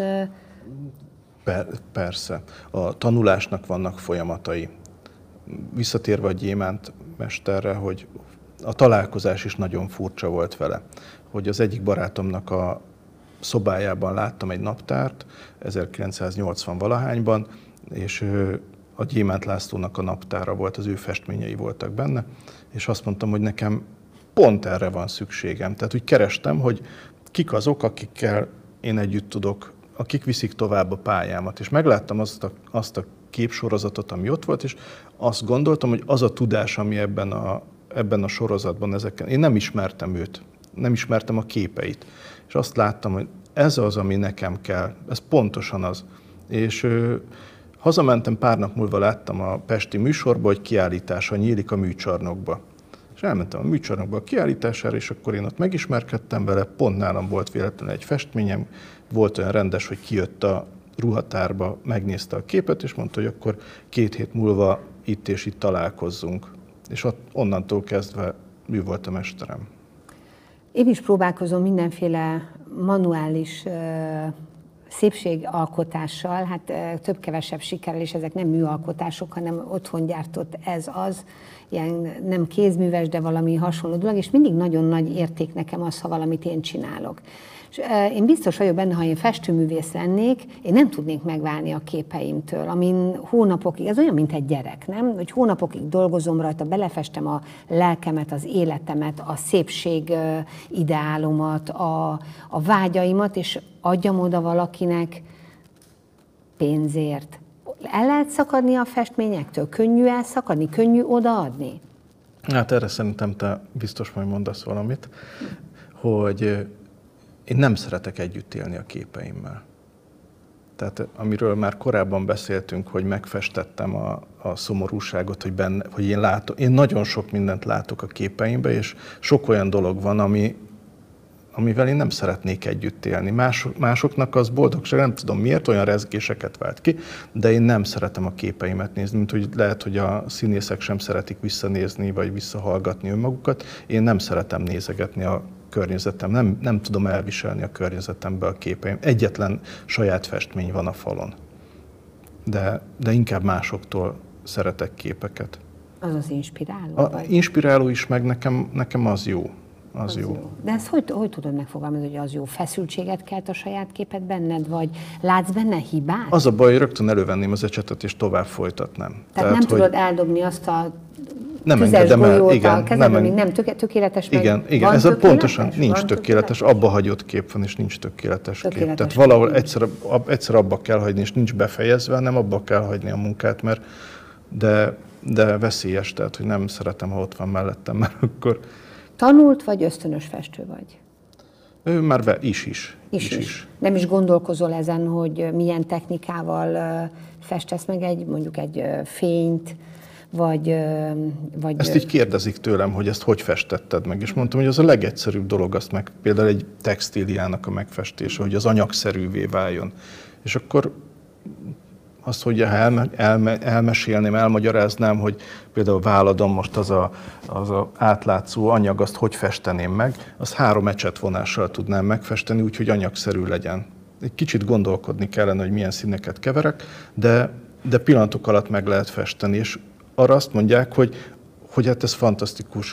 Per, persze. A tanulásnak vannak folyamatai. Visszatérve a Gyémánt mesterre, hogy a találkozás is nagyon furcsa volt vele. Hogy az egyik barátomnak a szobájában láttam egy naptárt, ezerkilencszáznyolcvan valahányban, és a Gyémánt Lászlónak a naptára volt, az ő festményei voltak benne, és azt mondtam, hogy nekem pont erre van szükségem. Tehát úgy kerestem, hogy kik azok, akikkel én együtt tudok, akik viszik tovább a pályámat. És megláttam azt a, azt a képsorozatot, ami ott volt, és azt gondoltam, hogy az a tudás, ami ebben a, ebben a sorozatban, ezeken, én nem ismertem őt, nem ismertem a képeit. És azt láttam, hogy ez az, ami nekem kell, ez pontosan az. És ö, hazamentem, pár nap múlva láttam a pesti műsorba, hogy kiállítása nyílik a műcsarnokba. És elmentem a műcsarnokba a kiállítására, és akkor én ott megismerkedtem vele, pont nálam volt véletlenül egy festményem, volt olyan rendes, hogy kijött a ruhatárba, megnézte a képet, és mondta, hogy akkor két hét múlva itt és itt találkozzunk. És ott, onnantól kezdve ő volt a mesterem. Én is próbálkozom mindenféle manuális uh, szépségalkotással, hát uh, több-kevesebb sikerrel, és ezek nem műalkotások, hanem otthon gyártott ez az, ilyen nem kézműves, de valami hasonló dolog, és mindig nagyon nagy érték nekem az, ha valamit én csinálok. És uh, én biztos vagyok benne, ha én festőművész lennék, én nem tudnék megválni a képeimtől, amin hónapokig, ez olyan, mint egy gyerek, nem? Hogy hónapokig dolgozom rajta, belefestem a lelkemet, az életemet, a szépség uh, ideálomat, a, a vágyaimat, és adjam oda valakinek pénzért. El lehet szakadni a festményektől? Könnyű elszakadni? Könnyű odaadni? Hát erre szerintem te biztos majd mondasz valamit, hogy én nem szeretek együtt élni a képeimmel. Tehát amiről már korábban beszéltünk, hogy megfestettem a, a szomorúságot, hogy, benne, hogy én, látok, én nagyon sok mindent látok a képeimbe, és sok olyan dolog van, ami, amivel én nem szeretnék együtt élni. Más, másoknak az boldogság, nem tudom miért, olyan rezgéseket vált ki, de én nem szeretem a képeimet nézni, mint hogy lehet, hogy a színészek sem szeretik visszanézni, vagy visszahallgatni önmagukat. Én nem szeretem nézegetni a környezetem, nem, nem tudom elviselni a környezetembe a képeim. Egyetlen saját festmény van a falon. De, de inkább másoktól szeretek képeket. Az az inspiráló? A vagy? inspiráló is, meg nekem, nekem az jó. Az, az jó. jó. De ezt hogy, hogy tudod megfogalmazni, hogy az jó? Feszültséget kelt a saját képed benned, vagy látsz benne hibát? Az a baj, hogy rögtön elővenném az ecsetet, és tovább folytatnám. Tehát, Tehát nem hogy tudod eldobni azt a nem tüzes engedem el, golyót igen, a kezedben, nem még nem töké- tökéletes, meg igen, igen. van Ez tökéletes? pontosan nincs van tökéletes, tökéletes, abba hagyott kép van, és nincs tökéletes, tökéletes kép. Tehát kép valahol nincs. egyszer, ab, egyszer abba kell hagyni, és nincs befejezve, nem abba kell hagyni a munkát, mert de, de veszélyes, tehát hogy nem szeretem, ha ott van mellettem, mert akkor... Tanult vagy ösztönös festő vagy? Ő már ve, is is. Is, is, is. is. Nem is gondolkozol ezen, hogy milyen technikával festesz meg egy, mondjuk egy fényt, vagy, vagy... Ezt így kérdezik tőlem, hogy ezt hogy festetted meg, és mondtam, hogy az a legegyszerűbb dolog, azt meg például egy textíliának a megfestése, hogy az anyagszerűvé váljon. És akkor azt, hogy elme, elme, elmesélném, elmagyaráznám, hogy például váladon most az a, az a átlátszó anyag, azt hogy festeném meg, azt három ecsetvonással tudnám megfesteni, úgyhogy anyagszerű legyen. Egy kicsit gondolkodni kellene, hogy milyen színeket keverek, de, de pillanatok alatt meg lehet festeni, és arra azt mondják, hogy, hogy hát ez fantasztikus,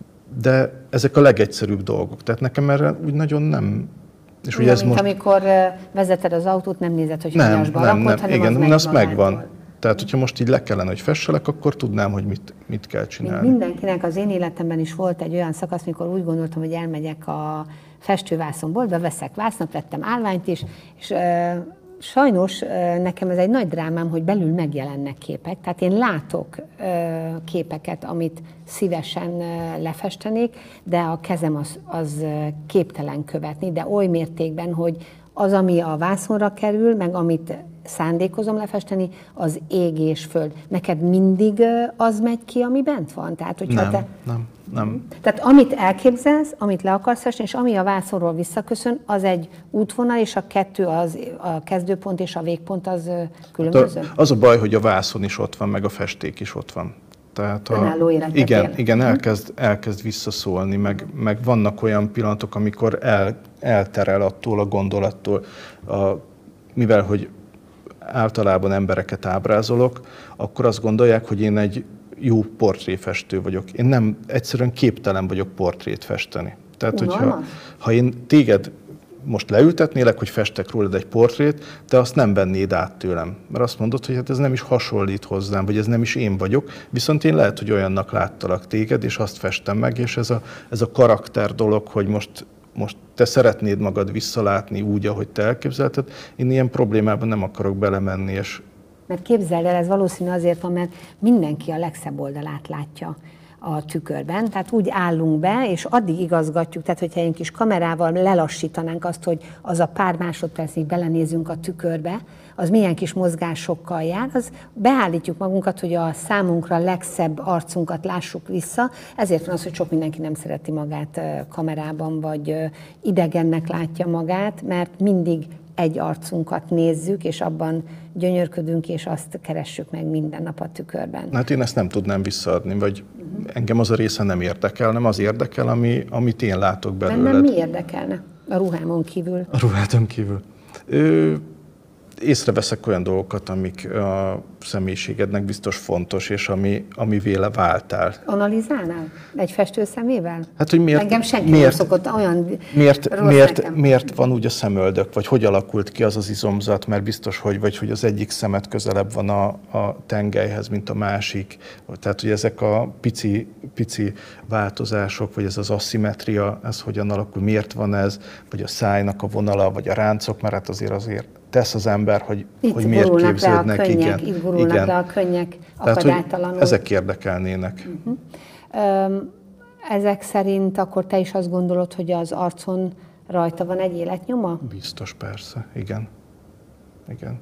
de ezek a legegyszerűbb dolgok. Tehát nekem erre úgy nagyon nem... És Olyan, ez mint most... amikor vezeted az autót, nem nézed, hogy nem, hanyasba nem, rakod, nem, hanem igen, az megvan. az megvan. Által. Tehát, hogyha most így le kellene, hogy fesselek, akkor tudnám, hogy mit, mit kell csinálni. Mint mindenkinek az én életemben is volt egy olyan szakasz, mikor úgy gondoltam, hogy elmegyek a festővászonboltba, veszek vásznat, vettem állványt is, és uh, sajnos uh, nekem ez egy nagy drámám, hogy belül megjelennek képek. Tehát én látok uh, képeket, amit szívesen uh, lefestenék, de a kezem az, az uh, képtelen követni, de oly mértékben, hogy az, ami a vászonra kerül, meg amit szándékozom lefesteni, az ég és föld. Neked mindig az megy ki, ami bent van? Tehát, hogyha nem, te... nem, nem. Tehát amit elképzelsz, amit le akarsz festeni, és ami a vászonról visszaköszön, az egy útvonal, és a kettő, az, a kezdőpont és a végpont az különböző? De az a baj, hogy a vászon is ott van, meg a festék is ott van. Tehát a, igen, igen, elkezd, elkezd visszaszólni, meg, meg vannak olyan pillanatok, amikor el, elterel attól a gondolattól, a, mivel hogy általában embereket ábrázolok, akkor azt gondolják, hogy én egy jó portréfestő vagyok. Én nem, egyszerűen képtelen vagyok portrét festeni. Tehát, hogyha ha én téged most leültetnélek, hogy festek rólad egy portrét, de azt nem vennéd át tőlem. Mert azt mondod, hogy hát ez nem is hasonlít hozzám, vagy ez nem is én vagyok, viszont én lehet, hogy olyannak láttalak téged, és azt festem meg, és ez a, ez a karakter dolog, hogy most most te szeretnéd magad visszalátni úgy, ahogy te elképzelted, én ilyen problémában nem akarok belemenni. És... Mert képzeld el, ez valószínű azért van, mert mindenki a legszebb oldalát látja a tükörben, tehát úgy állunk be, és addig igazgatjuk, tehát hogyha egy kis kamerával lelassítanánk azt, hogy az a pár másodpercig belenézünk a tükörbe, az milyen kis mozgásokkal jár, az beállítjuk magunkat, hogy a számunkra legszebb arcunkat lássuk vissza, ezért van az, hogy sok mindenki nem szereti magát kamerában, vagy idegennek látja magát, mert mindig egy arcunkat nézzük, és abban gyönyörködünk, és azt keressük meg minden nap a tükörben. Hát én ezt nem tudnám visszaadni, vagy uh-huh. engem az a része nem érdekel, nem az érdekel, ami, amit én látok belőled. Bennem mi érdekelne a ruhámon kívül? A ruháton kívül. Ö, észreveszek olyan dolgokat, amik a személyiségednek biztos fontos, és ami, ami véle váltál. Analizálnál? Egy festő szemével? Hát, hogy miért, Engem senki miért, nem szokott olyan miért, rossz miért, nekem. miért van úgy a szemöldök, vagy hogy alakult ki az az izomzat, mert biztos, hogy, vagy hogy az egyik szemed közelebb van a, a tengelyhez, mint a másik. Tehát, hogy ezek a pici, pici változások, vagy ez az aszimmetria, ez hogyan alakul, miért van ez, vagy a szájnak a vonala, vagy a ráncok, mert hát azért azért tesz az ember, hogy, hogy miért képződnek. Rá a könnyek, igen, itt gurulnak igen. rá a könnyek akadálytalanul. Ezek érdekelnének. Uh-huh. Ezek szerint akkor te is azt gondolod, hogy az arcon rajta van egy életnyoma? Biztos, persze, igen. Igen.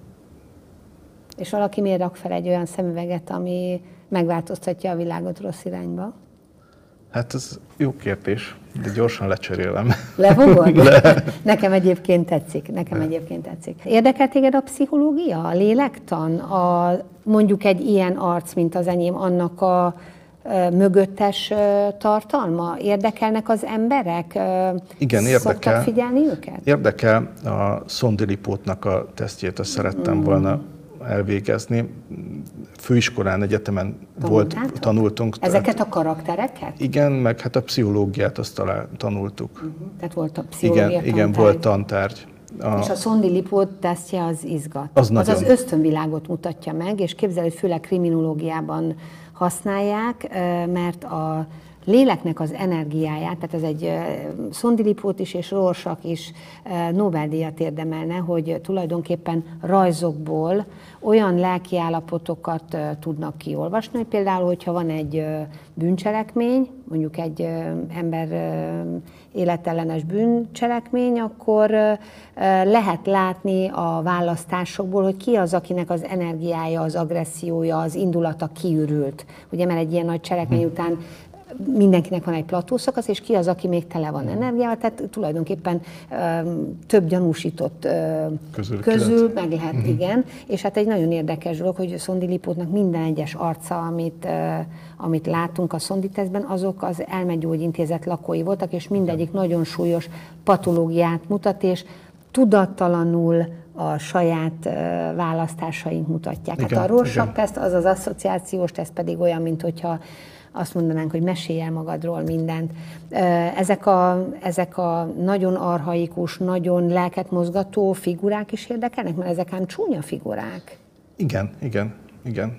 És valaki miért rak fel egy olyan szemüveget, ami megváltoztatja a világot rossz irányba? Hát ez jó kérdés, de gyorsan lecserélem. Lefogod? Le. Nekem egyébként tetszik, nekem Le. egyébként tetszik. Érdekel téged a pszichológia, a lélektan, a, mondjuk egy ilyen arc, mint az enyém, annak a ö, mögöttes ö, tartalma? Érdekelnek az emberek? Ö, Igen, érdekel. Szoktak figyelni őket? Érdekel. A Szondilipótnak a tesztjét, azt szerettem mm. volna elvégezni. Főiskolán, egyetemen volt, tanultunk. Ezeket a karaktereket? Igen, meg hát a pszichológiát azt talán tanultuk. Uh-huh. Tehát volt a pszichológia igen, tantárgy. igen, volt tantárgy. A... És a Szondi-Lipót tesztje az izgat. Az, az az ösztönvilágot mutatja meg, és képzelj, hogy főleg kriminológiában használják, mert a léleknek az energiáját, tehát ez egy Szondi-Lipót is és Rorschach is Nobel-díjat érdemelne, hogy tulajdonképpen rajzokból olyan lelkiállapotokat tudnak kiolvasni, hogy például, hogyha van egy bűncselekmény, mondjuk egy ember életellenes bűncselekmény, akkor lehet látni a választásokból, hogy ki az, akinek az energiája, az agressziója, az indulata kiürült. Ugye, mert egy ilyen nagy cselekmény után mindenkinek van egy platószakasz, és ki az, aki még tele van energiával, tehát tulajdonképpen ö, több gyanúsított ö, közül, közül meg lehet, uh-huh. igen. És hát egy nagyon érdekes dolog, hogy Szondi-Lipótnak minden egyes arca, amit, ö, amit látunk a Szondi-tesztben, azok az Elmegyógyintézet lakói voltak, és mindegyik nagyon súlyos patológiát mutat, és tudattalanul a saját uh, választásaink mutatják. Igen, hát a Rorschach-teszt az az asszociációs teszt pedig olyan, mint hogyha azt mondanánk, hogy mesélj el magadról mindent. Ezek a, ezek a nagyon archaikus, nagyon lelket mozgató figurák is érdekelnek, mert ezek ám csúnya figurák. Igen, igen, igen.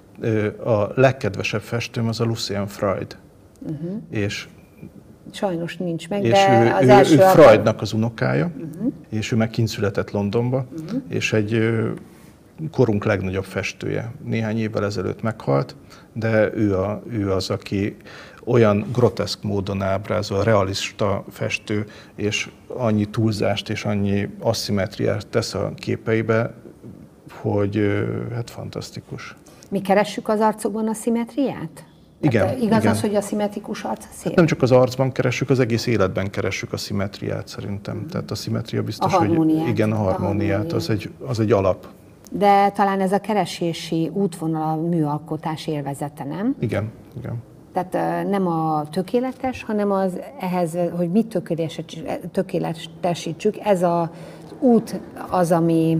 A legkedvesebb festőm az a Lucien Freud. Uh-huh. És sajnos nincs meg, és de ő, az ő, első... ő Freudnak az unokája, uh-huh. és ő meg kint született Londonba, uh-huh. és egy korunk legnagyobb festője. Néhány évvel ezelőtt meghalt, de ő, a, ő az, aki olyan groteszk módon ábrázol, realista festő, és annyi túlzást és annyi aszimmetriát tesz a képeibe, hogy hát fantasztikus. Mi keressük az arcokban a szimmetriát? Igen. Hát igaz igen. az, hogy a szimmetrikus arc szép? Hát nem csak az arcban keressük, az egész életben keressük a szimmetriát szerintem. Tehát a szimmetria biztos, a hogy igen, a harmóniát, az egy, az egy alap. De talán ez a keresési útvonal a műalkotás élvezete, nem? Igen, igen. Tehát nem a tökéletes, hanem az ehhez, hogy mit tökéletesítsük, ez az út az, ami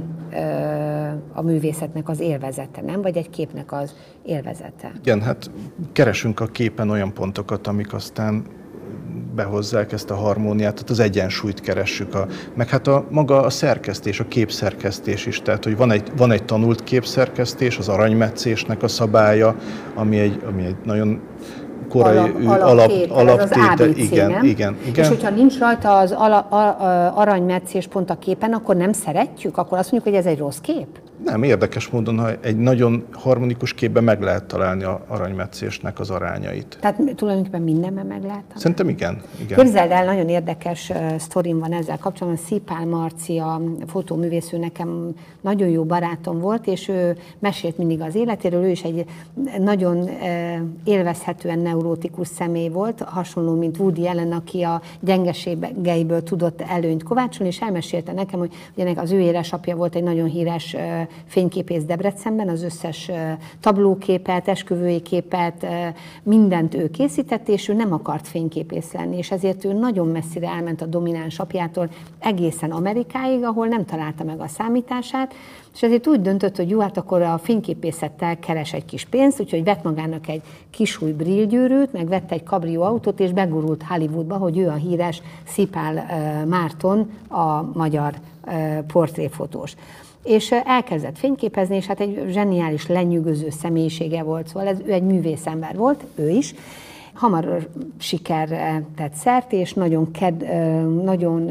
a művészetnek az élvezete, nem? Vagy egy képnek az élvezete. Igen, hát keresünk a képen olyan pontokat, amik aztán behozzák ezt a harmóniát, tehát az egyensúlyt keressük, a, meg hát a maga a szerkesztés, a képszerkesztés is, tehát hogy van egy, van egy tanult képszerkesztés, az aranymetszésnek a szabálya, ami egy, ami egy nagyon korai alap, alaptétel, alap, alaptétel, az igen, igen, igen, igen. És hogyha nincs rajta az ala, a, a, aranymetszés pont a képen, akkor nem szeretjük? Akkor azt mondjuk, hogy ez egy rossz kép? Nem, érdekes módon, ha egy nagyon harmonikus képben meg lehet találni az aranymetszésnek az arányait. Tehát tulajdonképpen mindenben meg lehet találni? Szerintem igen. igen. Képzeld el, nagyon érdekes uh, sztorim van ezzel kapcsolatban. Szipál Marci, a fotóművésző, nekem nagyon jó barátom volt, és ő mesélt mindig az életéről. Ő is egy nagyon uh, élvezhetően neurótikus személy volt, hasonló, mint Woody Allen, aki a gyengeségeiből tudott előnyt kovácsolni, és elmesélte nekem, hogy ennek az ő édesapja volt egy nagyon híres uh, fényképész Debrecenben, az összes tablóképet, esküvői képet, mindent ő készített, és ő nem akart fényképész lenni, és ezért ő nagyon messzire elment a domináns apjától egészen Amerikáig, ahol nem találta meg a számítását, és ezért úgy döntött, hogy jó, hát akkor a fényképészettel keres egy kis pénzt, úgyhogy vett magának egy kisúly brillgyűrűt, meg vett egy kabrióautót, és begurult Hollywoodba, hogy ő a híres Szipál uh, Márton, a magyar uh, portréfotós. És elkezdett fényképezni, és hát egy zseniális, lenyűgöző személyisége volt, szóval ez, ő egy művészember volt, ő is. Hamar sikerre tett szert, és nagyon, ked, nagyon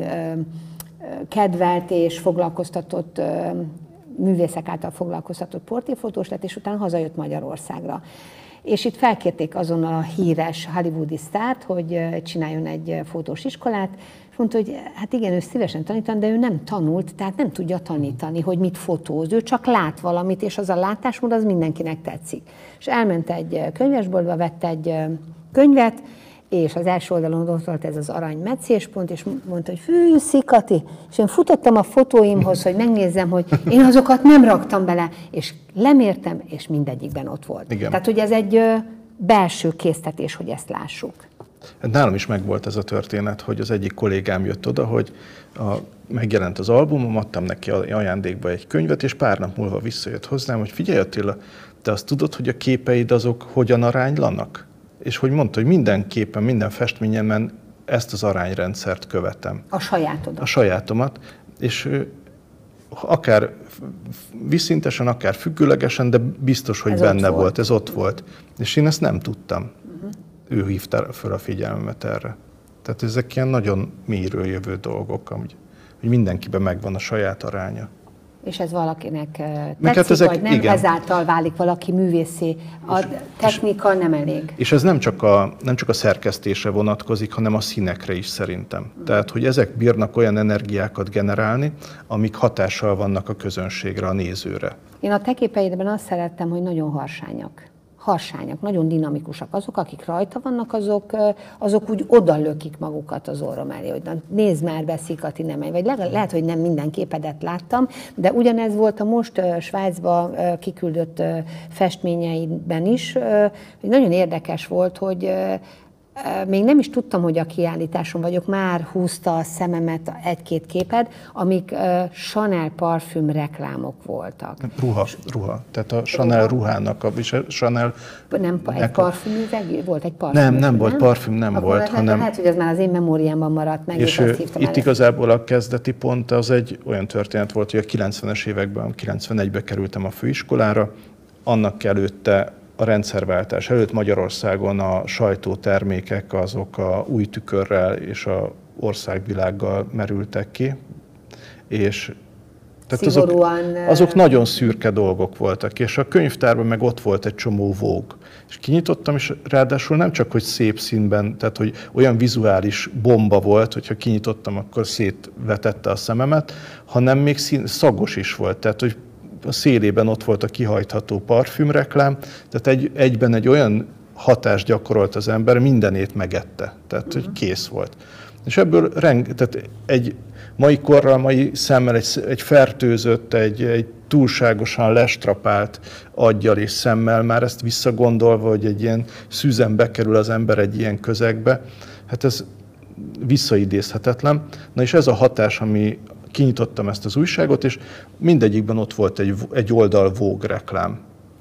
kedvelt és foglalkoztatott, művészek által foglalkoztatott portréfotós lett, és utána hazajött Magyarországra. És itt felkérték azonnal a híres hollywoodi sztárt, hogy csináljon egy fotós iskolát, és mondta, hogy hát igen, ő szívesen tanítani, de ő nem tanult, tehát nem tudja tanítani, hogy mit fotóz. Ő csak lát valamit, és az a látásmód az mindenkinek tetszik. És elment egy könyvesboltba, vett egy könyvet, és az első oldalon ott volt ez az arany metszéspont, és mondta, hogy fű, Szikati, és én futottam a fotóimhoz, hogy megnézzem, hogy én azokat nem raktam bele, és lemértem, és mindegyikben ott volt. Igen. Tehát, hogy ez egy belső késztetés, hogy ezt lássuk. Nálam is megvolt ez a történet, hogy az egyik kollégám jött oda, hogy a, megjelent az albumom, adtam neki ajándékba egy könyvet, és pár nap múlva visszajött hozzám, hogy figyelj Attila, te azt tudod, hogy a képeid azok hogyan aránylanak? És hogy mondta, hogy minden képen, minden festményemen ezt az arányrendszert követem. A sajátodat. A sajátomat, és akár vízszintesen, akár függőlegesen, de biztos, hogy ez benne volt. volt, ez ott volt. És én ezt nem tudtam. Uh-huh. Ő hívta fel a figyelmemet erre. Tehát ezek ilyen nagyon mélyről jövő dolgok, hogy mindenkiben megvan a saját aránya. És ez valakinek tetszik, hát ezek, vagy nem, igen. Ezáltal válik valaki művészé. A és, technika és, nem elég. És ez nem csak, a, nem csak a szerkesztésre vonatkozik, hanem a színekre is szerintem. Mm. Tehát, hogy ezek bírnak olyan energiákat generálni, amik hatással vannak a közönségre, a nézőre. Én a te képeidben azt szerettem, hogy nagyon harsányak. harsányak, nagyon dinamikusak. Azok, akik rajta vannak, azok, azok úgy odalökik magukat az orrom elé, hogy na, nézd már be, Szikati, nem menj. Vagy le, lehet, hogy nem minden képedet láttam, de ugyanez volt a most uh, Svájcba uh, kiküldött uh, festményeidben is, uh, hogy nagyon érdekes volt, hogy uh, még nem is tudtam, hogy a kiállításon vagyok, már húzta a szememet egy-két képed, amik uh, Chanel parfüm reklámok voltak. Ruha, ruha. Tehát a Chanel ruha. ruhának, a Chanel... Nem, egy parfümüveg? Volt egy parfüm? Nem, nem volt, parfüm nem Akkor volt, lehet, hanem... Lehet, hogy ez már az én memóriámban maradt meg, és, és azt hívtam itt el. igazából a kezdeti pont az egy olyan történet volt, hogy a kilencvenes években, kilencvenegyben kerültem a főiskolára, annak előtte a rendszerváltás előtt Magyarországon a sajtótermékek azok a új tükörrel és a országvilággal merültek ki, és tehát azok, azok nagyon szürke dolgok voltak, és a könyvtárban meg ott volt egy csomó Vogue. És kinyitottam, és ráadásul nem csak, hogy szép színben, tehát hogy olyan vizuális bomba volt, hogyha kinyitottam, akkor szétvetette a szememet, hanem még szín, szagos is volt, tehát hogy a szélében ott volt a kihajtható parfümreklám, tehát egy, egyben egy olyan hatást gyakorolt az ember, mindenét megette, tehát hogy kész volt. És ebből reng, tehát egy mai korral, mai szemmel egy, egy fertőzött, egy, egy túlságosan lestrapált aggyal és szemmel, már ezt visszagondolva, hogy egy ilyen szűzen bekerül az ember egy ilyen közegbe, hát ez visszaidézhetetlen. Na és ez a hatás, ami kinyitottam ezt az újságot, és mindegyikben ott volt egy, egy oldal Vogue reklám.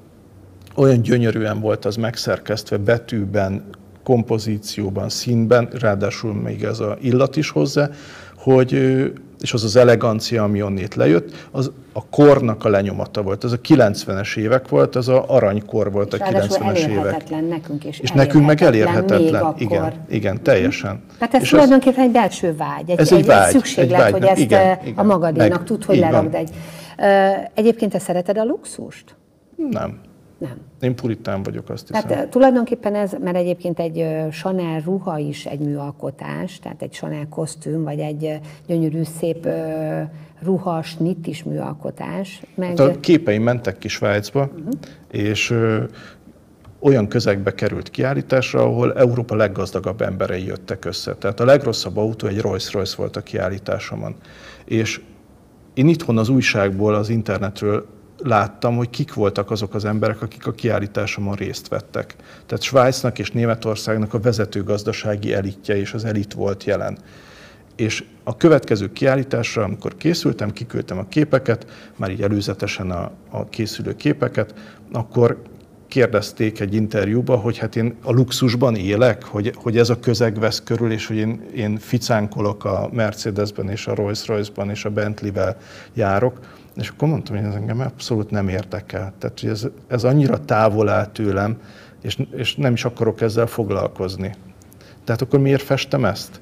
Olyan gyönyörűen volt az megszerkesztve, betűben, kompozícióban, színben, ráadásul még ez az illat is hozzá, hogy, és az az elegancia, ami onnét lejött, az a kornak a lenyomata volt. Ez a kilencvenes évek volt, az a aranykor volt és a kilencvenes évek. Elérhetetlen nekünk is. És nekünk meg elérhetetlen. Igen, igen, teljesen. Tehát ez és tulajdonképpen az... egy belső vágy, egy, ez egy, egy, vágy, egy szükséglet, egy vágy, hogy ezt igen, igen, a magadénak tud, hogy lerakd egy. Egyébként te szereted a luxust? Nem. Nem. Én puritán vagyok, azt hiszem. Tehát tulajdonképpen ez, mert egyébként egy Chanel ruha is egy műalkotás, tehát egy Chanel kosztüm, vagy egy gyönyörű, szép ruha, snitt is műalkotás. Meg... Hát a képeim mentek ki Svájcba, uh-huh. és ö, olyan közegbe került kiállításra, ahol Európa leggazdagabb emberei jöttek össze. Tehát a legrosszabb autó egy Rolls-Royce volt a kiállításomon. És én itthon az újságból, az internetről láttam, hogy kik voltak azok az emberek, akik a kiállításomon részt vettek. Tehát Svájcnak és Németországnak a vezető gazdasági elitje és az elit volt jelen. És a következő kiállításra, amikor készültem, kiküldtem a képeket, már így előzetesen a, a készülő képeket, akkor kérdezték egy interjúba, hogy hát én a luxusban élek, hogy, hogy ez a közeg vesz körül, és hogy én, én ficánkolok a Mercedesben és a Rolls-Royce-ban és a Bentley-vel járok. És akkor mondtam, hogy ez engem abszolút nem érdekel. Tehát, hogy ez, ez annyira távol áll tőlem, és, és nem is akarok ezzel foglalkozni. Tehát akkor miért festem ezt?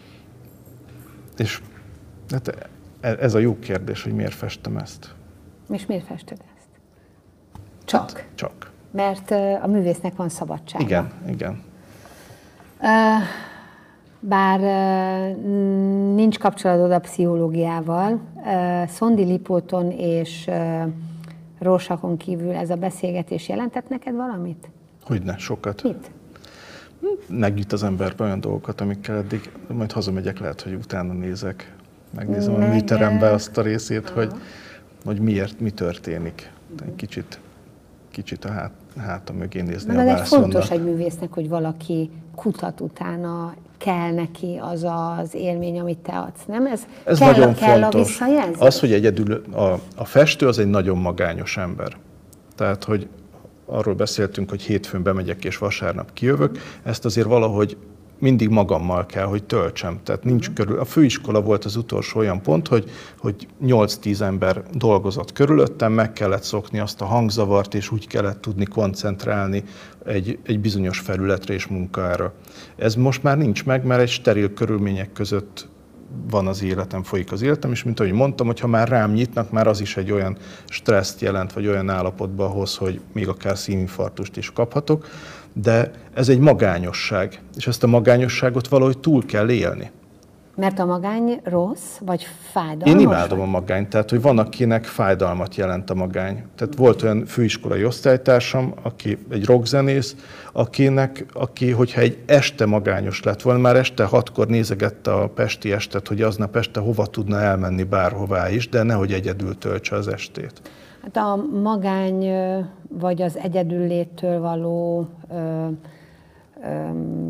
És hát ez a jó kérdés, hogy miért festem ezt. És miért fested ezt? Csak? Hát, csak. Mert a művésznek van szabadsága. Igen, igen. Uh, Bár uh, nincs kapcsolatod a pszichológiával, uh, Szondi Lipóton és uh, Rorschachon kívül ez a beszélgetés jelentett neked valamit? Hogyne, sokat. Mit? Megnyit az emberbe olyan dolgokat, amikkel eddig, majd hazamegyek, lehet, hogy utána nézek, megnézem Meg... a műterembe azt a részét, hogy, hogy miért, mi történik. Egy kicsit kicsit a hát, háta mögé nézni Na, a ez egy vászonnak. fontos egy művésznek, hogy valaki kutat utána, kell neki az az élmény, amit te adsz, nem? Ez, Ez kell, nagyon kell fontos. a visszajelzés? Az, hogy egyedül a, a festő az egy nagyon magányos ember. Tehát, hogy arról beszéltünk, hogy hétfőn bemegyek és vasárnap kijövök, ezt azért valahogy mindig magammal kell, hogy töltsem. Tehát nincs körül. A főiskola volt az utolsó olyan pont, hogy, hogy nyolc-tíz ember dolgozott körülöttem, meg kellett szokni azt a hangzavart, és úgy kellett tudni koncentrálni egy, egy bizonyos felületre és munkára. Ez most már nincs meg, mert egy steril körülmények között van az életem, folyik az életem, és mint ahogy mondtam, hogy ha már rám nyitnak, már az is egy olyan stresszt jelent, vagy olyan állapotba hoz, hogy még akár szívinfarktust is kaphatok, de ez egy magányosság, és ezt a magányosságot valahogy túl kell élni. Mert a magány rossz, vagy fájdalmas? Én imádom vagy? a magányt, tehát hogy van, akinek fájdalmat jelent a magány. Tehát volt olyan főiskolai osztálytársam, aki egy rockzenész, akinek, aki, hogyha egy este magányos lett volna, már este hatkor nézegette a pesti estet, hogy aznap este hova tudna elmenni bárhová is, de nehogy egyedül töltse az estét. Hát a magány vagy az egyedülléttől való ö, ö,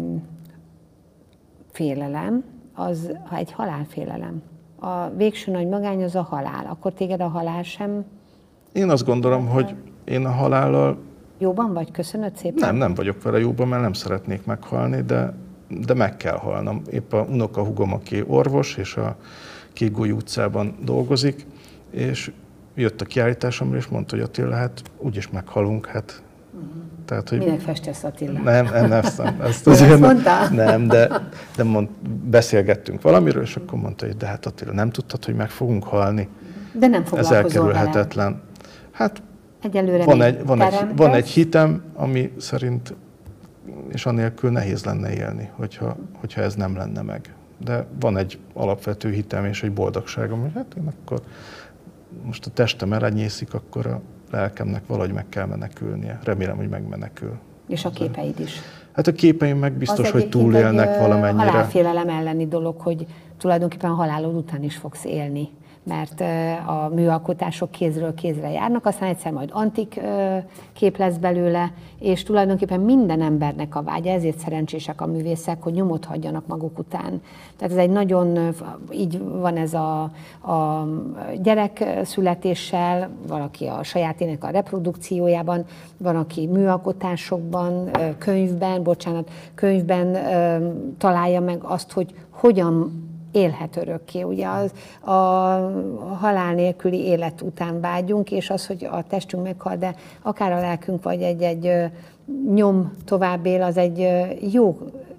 félelem, az egy halálfélelem. A végső nagy magány az a halál. Akkor téged a halál sem... Én azt gondolom, hogy én a halállal... Jóban vagy? Köszönöd szépen? Nem, nem vagyok vele jóban, mert nem szeretnék meghalni, de, de meg kell halnom. Épp a unokahúgom, aki orvos, és a Kékgolyó utcában dolgozik, és jött a kiállításomra, és mondta, hogy Attila, hát úgyis meghalunk, hát... Uh-huh. Tehát, hogy Minek festesz, Attila? Nem, nem, nem, nem ezt azért nem, nem, de, de mond, beszélgettünk valamiről, és akkor mondta, hogy de hát Attila, nem tudtad, hogy meg fogunk halni? De nem Ez foglalkozol elkerülhetetlen. vele. Hát egyelőre van egy, van, egy, teremtesz. van egy hitem, ami szerint, és anélkül nehéz lenne élni, hogyha, hogyha ez nem lenne meg. De van egy alapvető hitem és egy boldogságom, hogy hát én akkor most a testem elenyészik, akkor a lelkemnek valahogy meg kell menekülnie. Remélem, hogy megmenekül. És a képeid is. Hát a képeim meg biztos, az hogy túlélnek egy, valamennyire. Halálfélelem elleni dolog, hogy tulajdonképpen a halálod után is fogsz élni. Mert a műalkotások kézről kézre járnak, aztán egyszer majd antik kép lesz belőle, és tulajdonképpen minden embernek a vágya, ezért szerencsések a művészek, hogy nyomot hagyjanak maguk után. Tehát ez egy nagyon, így van ez a, a gyerek születéssel, valaki a saját ének a reprodukciójában, van, aki műalkotásokban, könyvben, bocsánat, könyvben találja meg azt, hogy hogyan élhet örökké. Ugye az, a halál nélküli élet után vágyunk, és az, hogy a testünk meghal, de akár a lelkünk vagy egy-egy nyom tovább él, az egy jó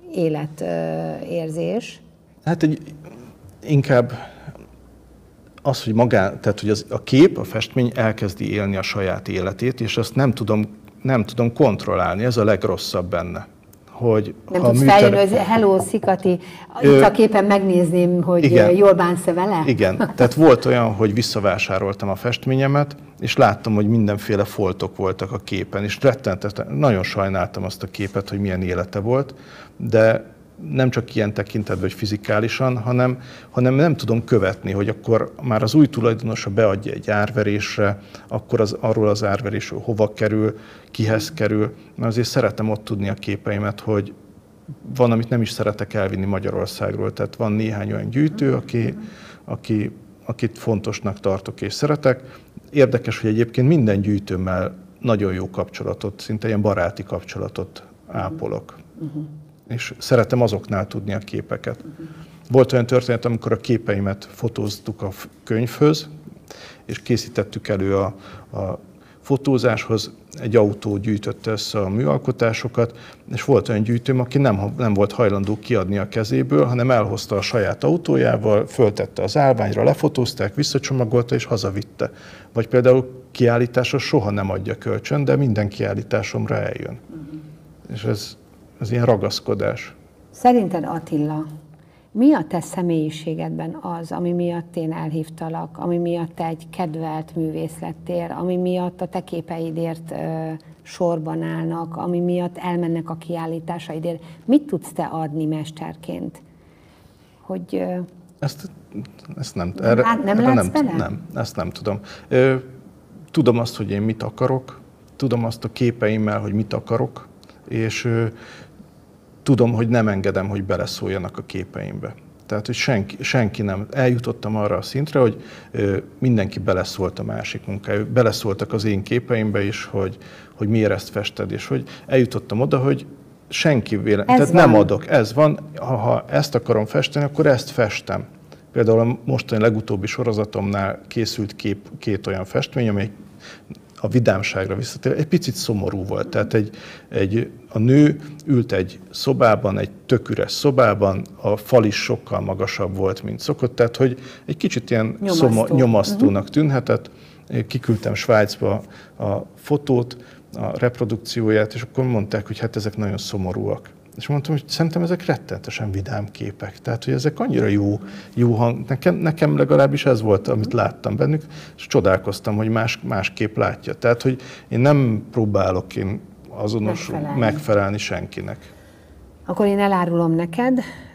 életérzés. Hát egy, inkább az, hogy magá, tehát hogy az, a kép, a festmény elkezdi élni a saját életét, és azt nem tudom, nem tudom kontrollálni, ez a legrosszabb benne. Hogy nem ha tudsz műter... feljönni, hogy hello, Szikati, itt a képen megnézném, hogy igen, jól bánsz-e vele? Igen, tehát volt olyan, hogy visszavásároltam a festményemet, és láttam, hogy mindenféle foltok voltak a képen, és rettenetesen, nagyon sajnáltam azt a képet, hogy milyen élete volt, de nem csak ilyen tekintetben, hogy fizikálisan, hanem, hanem nem tudom követni, hogy akkor már az új tulajdonosa beadja egy árverésre, akkor az, arról az árverésről hova kerül, kihez kerül. Mert azért szeretem ott tudni a képeimet, hogy van, amit nem is szeretek elvinni Magyarországról. Tehát van néhány olyan gyűjtő, aki, aki, akit fontosnak tartok és szeretek. Érdekes, hogy egyébként minden gyűjtőmmel nagyon jó kapcsolatot, szinte ilyen baráti kapcsolatot ápolok. Uh-huh. És szeretem azoknál tudni a képeket. Uh-huh. Volt olyan történet, amikor a képeimet fotóztuk a könyvhöz, és készítettük elő a, a fotózáshoz, egy autó gyűjtötte össze a műalkotásokat, és volt olyan gyűjtőm, aki nem, nem volt hajlandó kiadni a kezéből, hanem elhozta a saját autójával, föltette az állványra, lefotózták, visszacsomagolta és hazavitte. Vagy például kiállításra soha nem adja kölcsön, de minden kiállításomra eljön. Uh-huh. És ez, ez ilyen ragaszkodás. Szerinted, Attila, mi a te személyiségedben az, ami miatt én elhívtalak, ami miatt te egy kedvelt művész lettél, ami miatt a te képeidért ö, sorban állnak, ami miatt elmennek a kiállításaidért? Mit tudsz te adni mesterként? Hogy, ö, ezt, ezt nem, nem, erre, lát, nem erre látsz nem, bele? nem, ezt nem tudom. Ö, tudom azt, hogy én mit akarok, tudom azt a képeimmel, hogy mit akarok, és ö, tudom, hogy nem engedem, hogy beleszóljanak a képeimbe. Tehát, hogy senki, senki nem. Eljutottam arra a szintre, hogy ö, mindenki beleszólt a másik munkája. Beleszóltak az én képeimbe is, hogy, hogy miért ezt fested, és hogy eljutottam oda, hogy senki véle... Tehát van. Nem adok, ez van. Ha, ha ezt akarom festeni, akkor ezt festem. Például a mostani legutóbbi sorozatomnál készült kép, két olyan festmény, amely a vidámságra visszatér, egy picit szomorú volt. Tehát egy, egy, a nő ült egy szobában, egy tök üres szobában, a fal is sokkal magasabb volt, mint szokott, tehát hogy egy kicsit ilyen Nyomasztó. Szoma, nyomasztónak tűnhetett. Kiküldtem Svájcba a fotót, a reprodukcióját, és akkor mondták, hogy hát ezek nagyon szomorúak. És mondtam, hogy szerintem ezek rettenetesen vidám képek. Tehát, hogy ezek annyira jó, jó hang. Nekem, nekem legalábbis ez volt, amit láttam bennük, és csodálkoztam, hogy más, másképp látja. Tehát, hogy én nem próbálok én azonos megfelelni, megfelelni senkinek. Akkor én elárulom neked,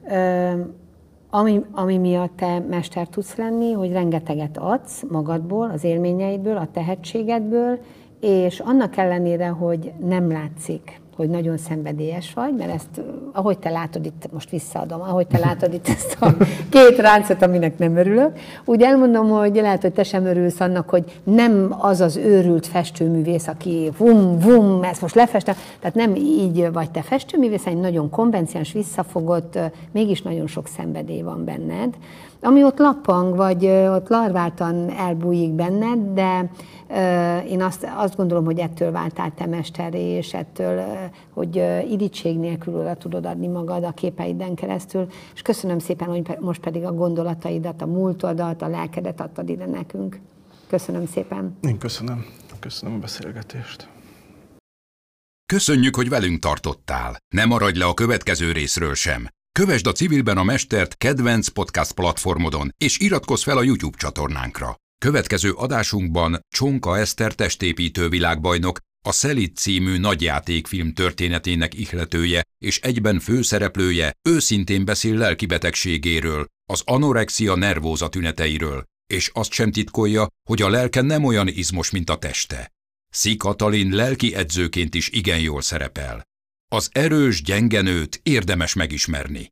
ami, ami miatt te mester tudsz lenni, hogy rengeteget adsz magadból, az élményeidből, a tehetségedből, és annak ellenére, hogy nem látszik, hogy nagyon szenvedélyes vagy, mert ezt, ahogy te látod itt, most visszaadom, ahogy te látod itt ezt a két ráncot, aminek nem örülök, úgy elmondom, hogy lehet, hogy te sem örülsz annak, hogy nem az az őrült festőművész, aki vum, vum, ezt most lefestem, tehát nem így vagy te festőművész, egy nagyon konvenciális, visszafogott, mégis nagyon sok szenvedély van benned, ami ott lappang, vagy ott larváltan elbújik benned, de én azt, azt gondolom, hogy ettől váltál te mesterré, és ettől, hogy irigység nélkül oda tudod adni magad a képeiden keresztül, és köszönöm szépen, hogy most pedig a gondolataidat, a múltodat, a lelkedet adtad ide nekünk. Köszönöm szépen. Én köszönöm. Köszönöm a beszélgetést. Köszönjük, hogy velünk tartottál. Ne maradj le a következő részről sem. Kövesd a Civilben a Mestert kedvenc podcast platformodon, és iratkozz fel a YouTube csatornánkra. Következő adásunkban Csonka Eszter testépítő világbajnok, a Szelit című nagyjátékfilm történetének ihletője és egyben főszereplője őszintén beszél lelkibetegségéről, az anorexia nervóza tüneteiről, és azt sem titkolja, hogy a lelke nem olyan izmos, mint a teste. Szii Katalin lelki edzőként is igen jól szerepel. Az erős, gyenge nőt érdemes megismerni.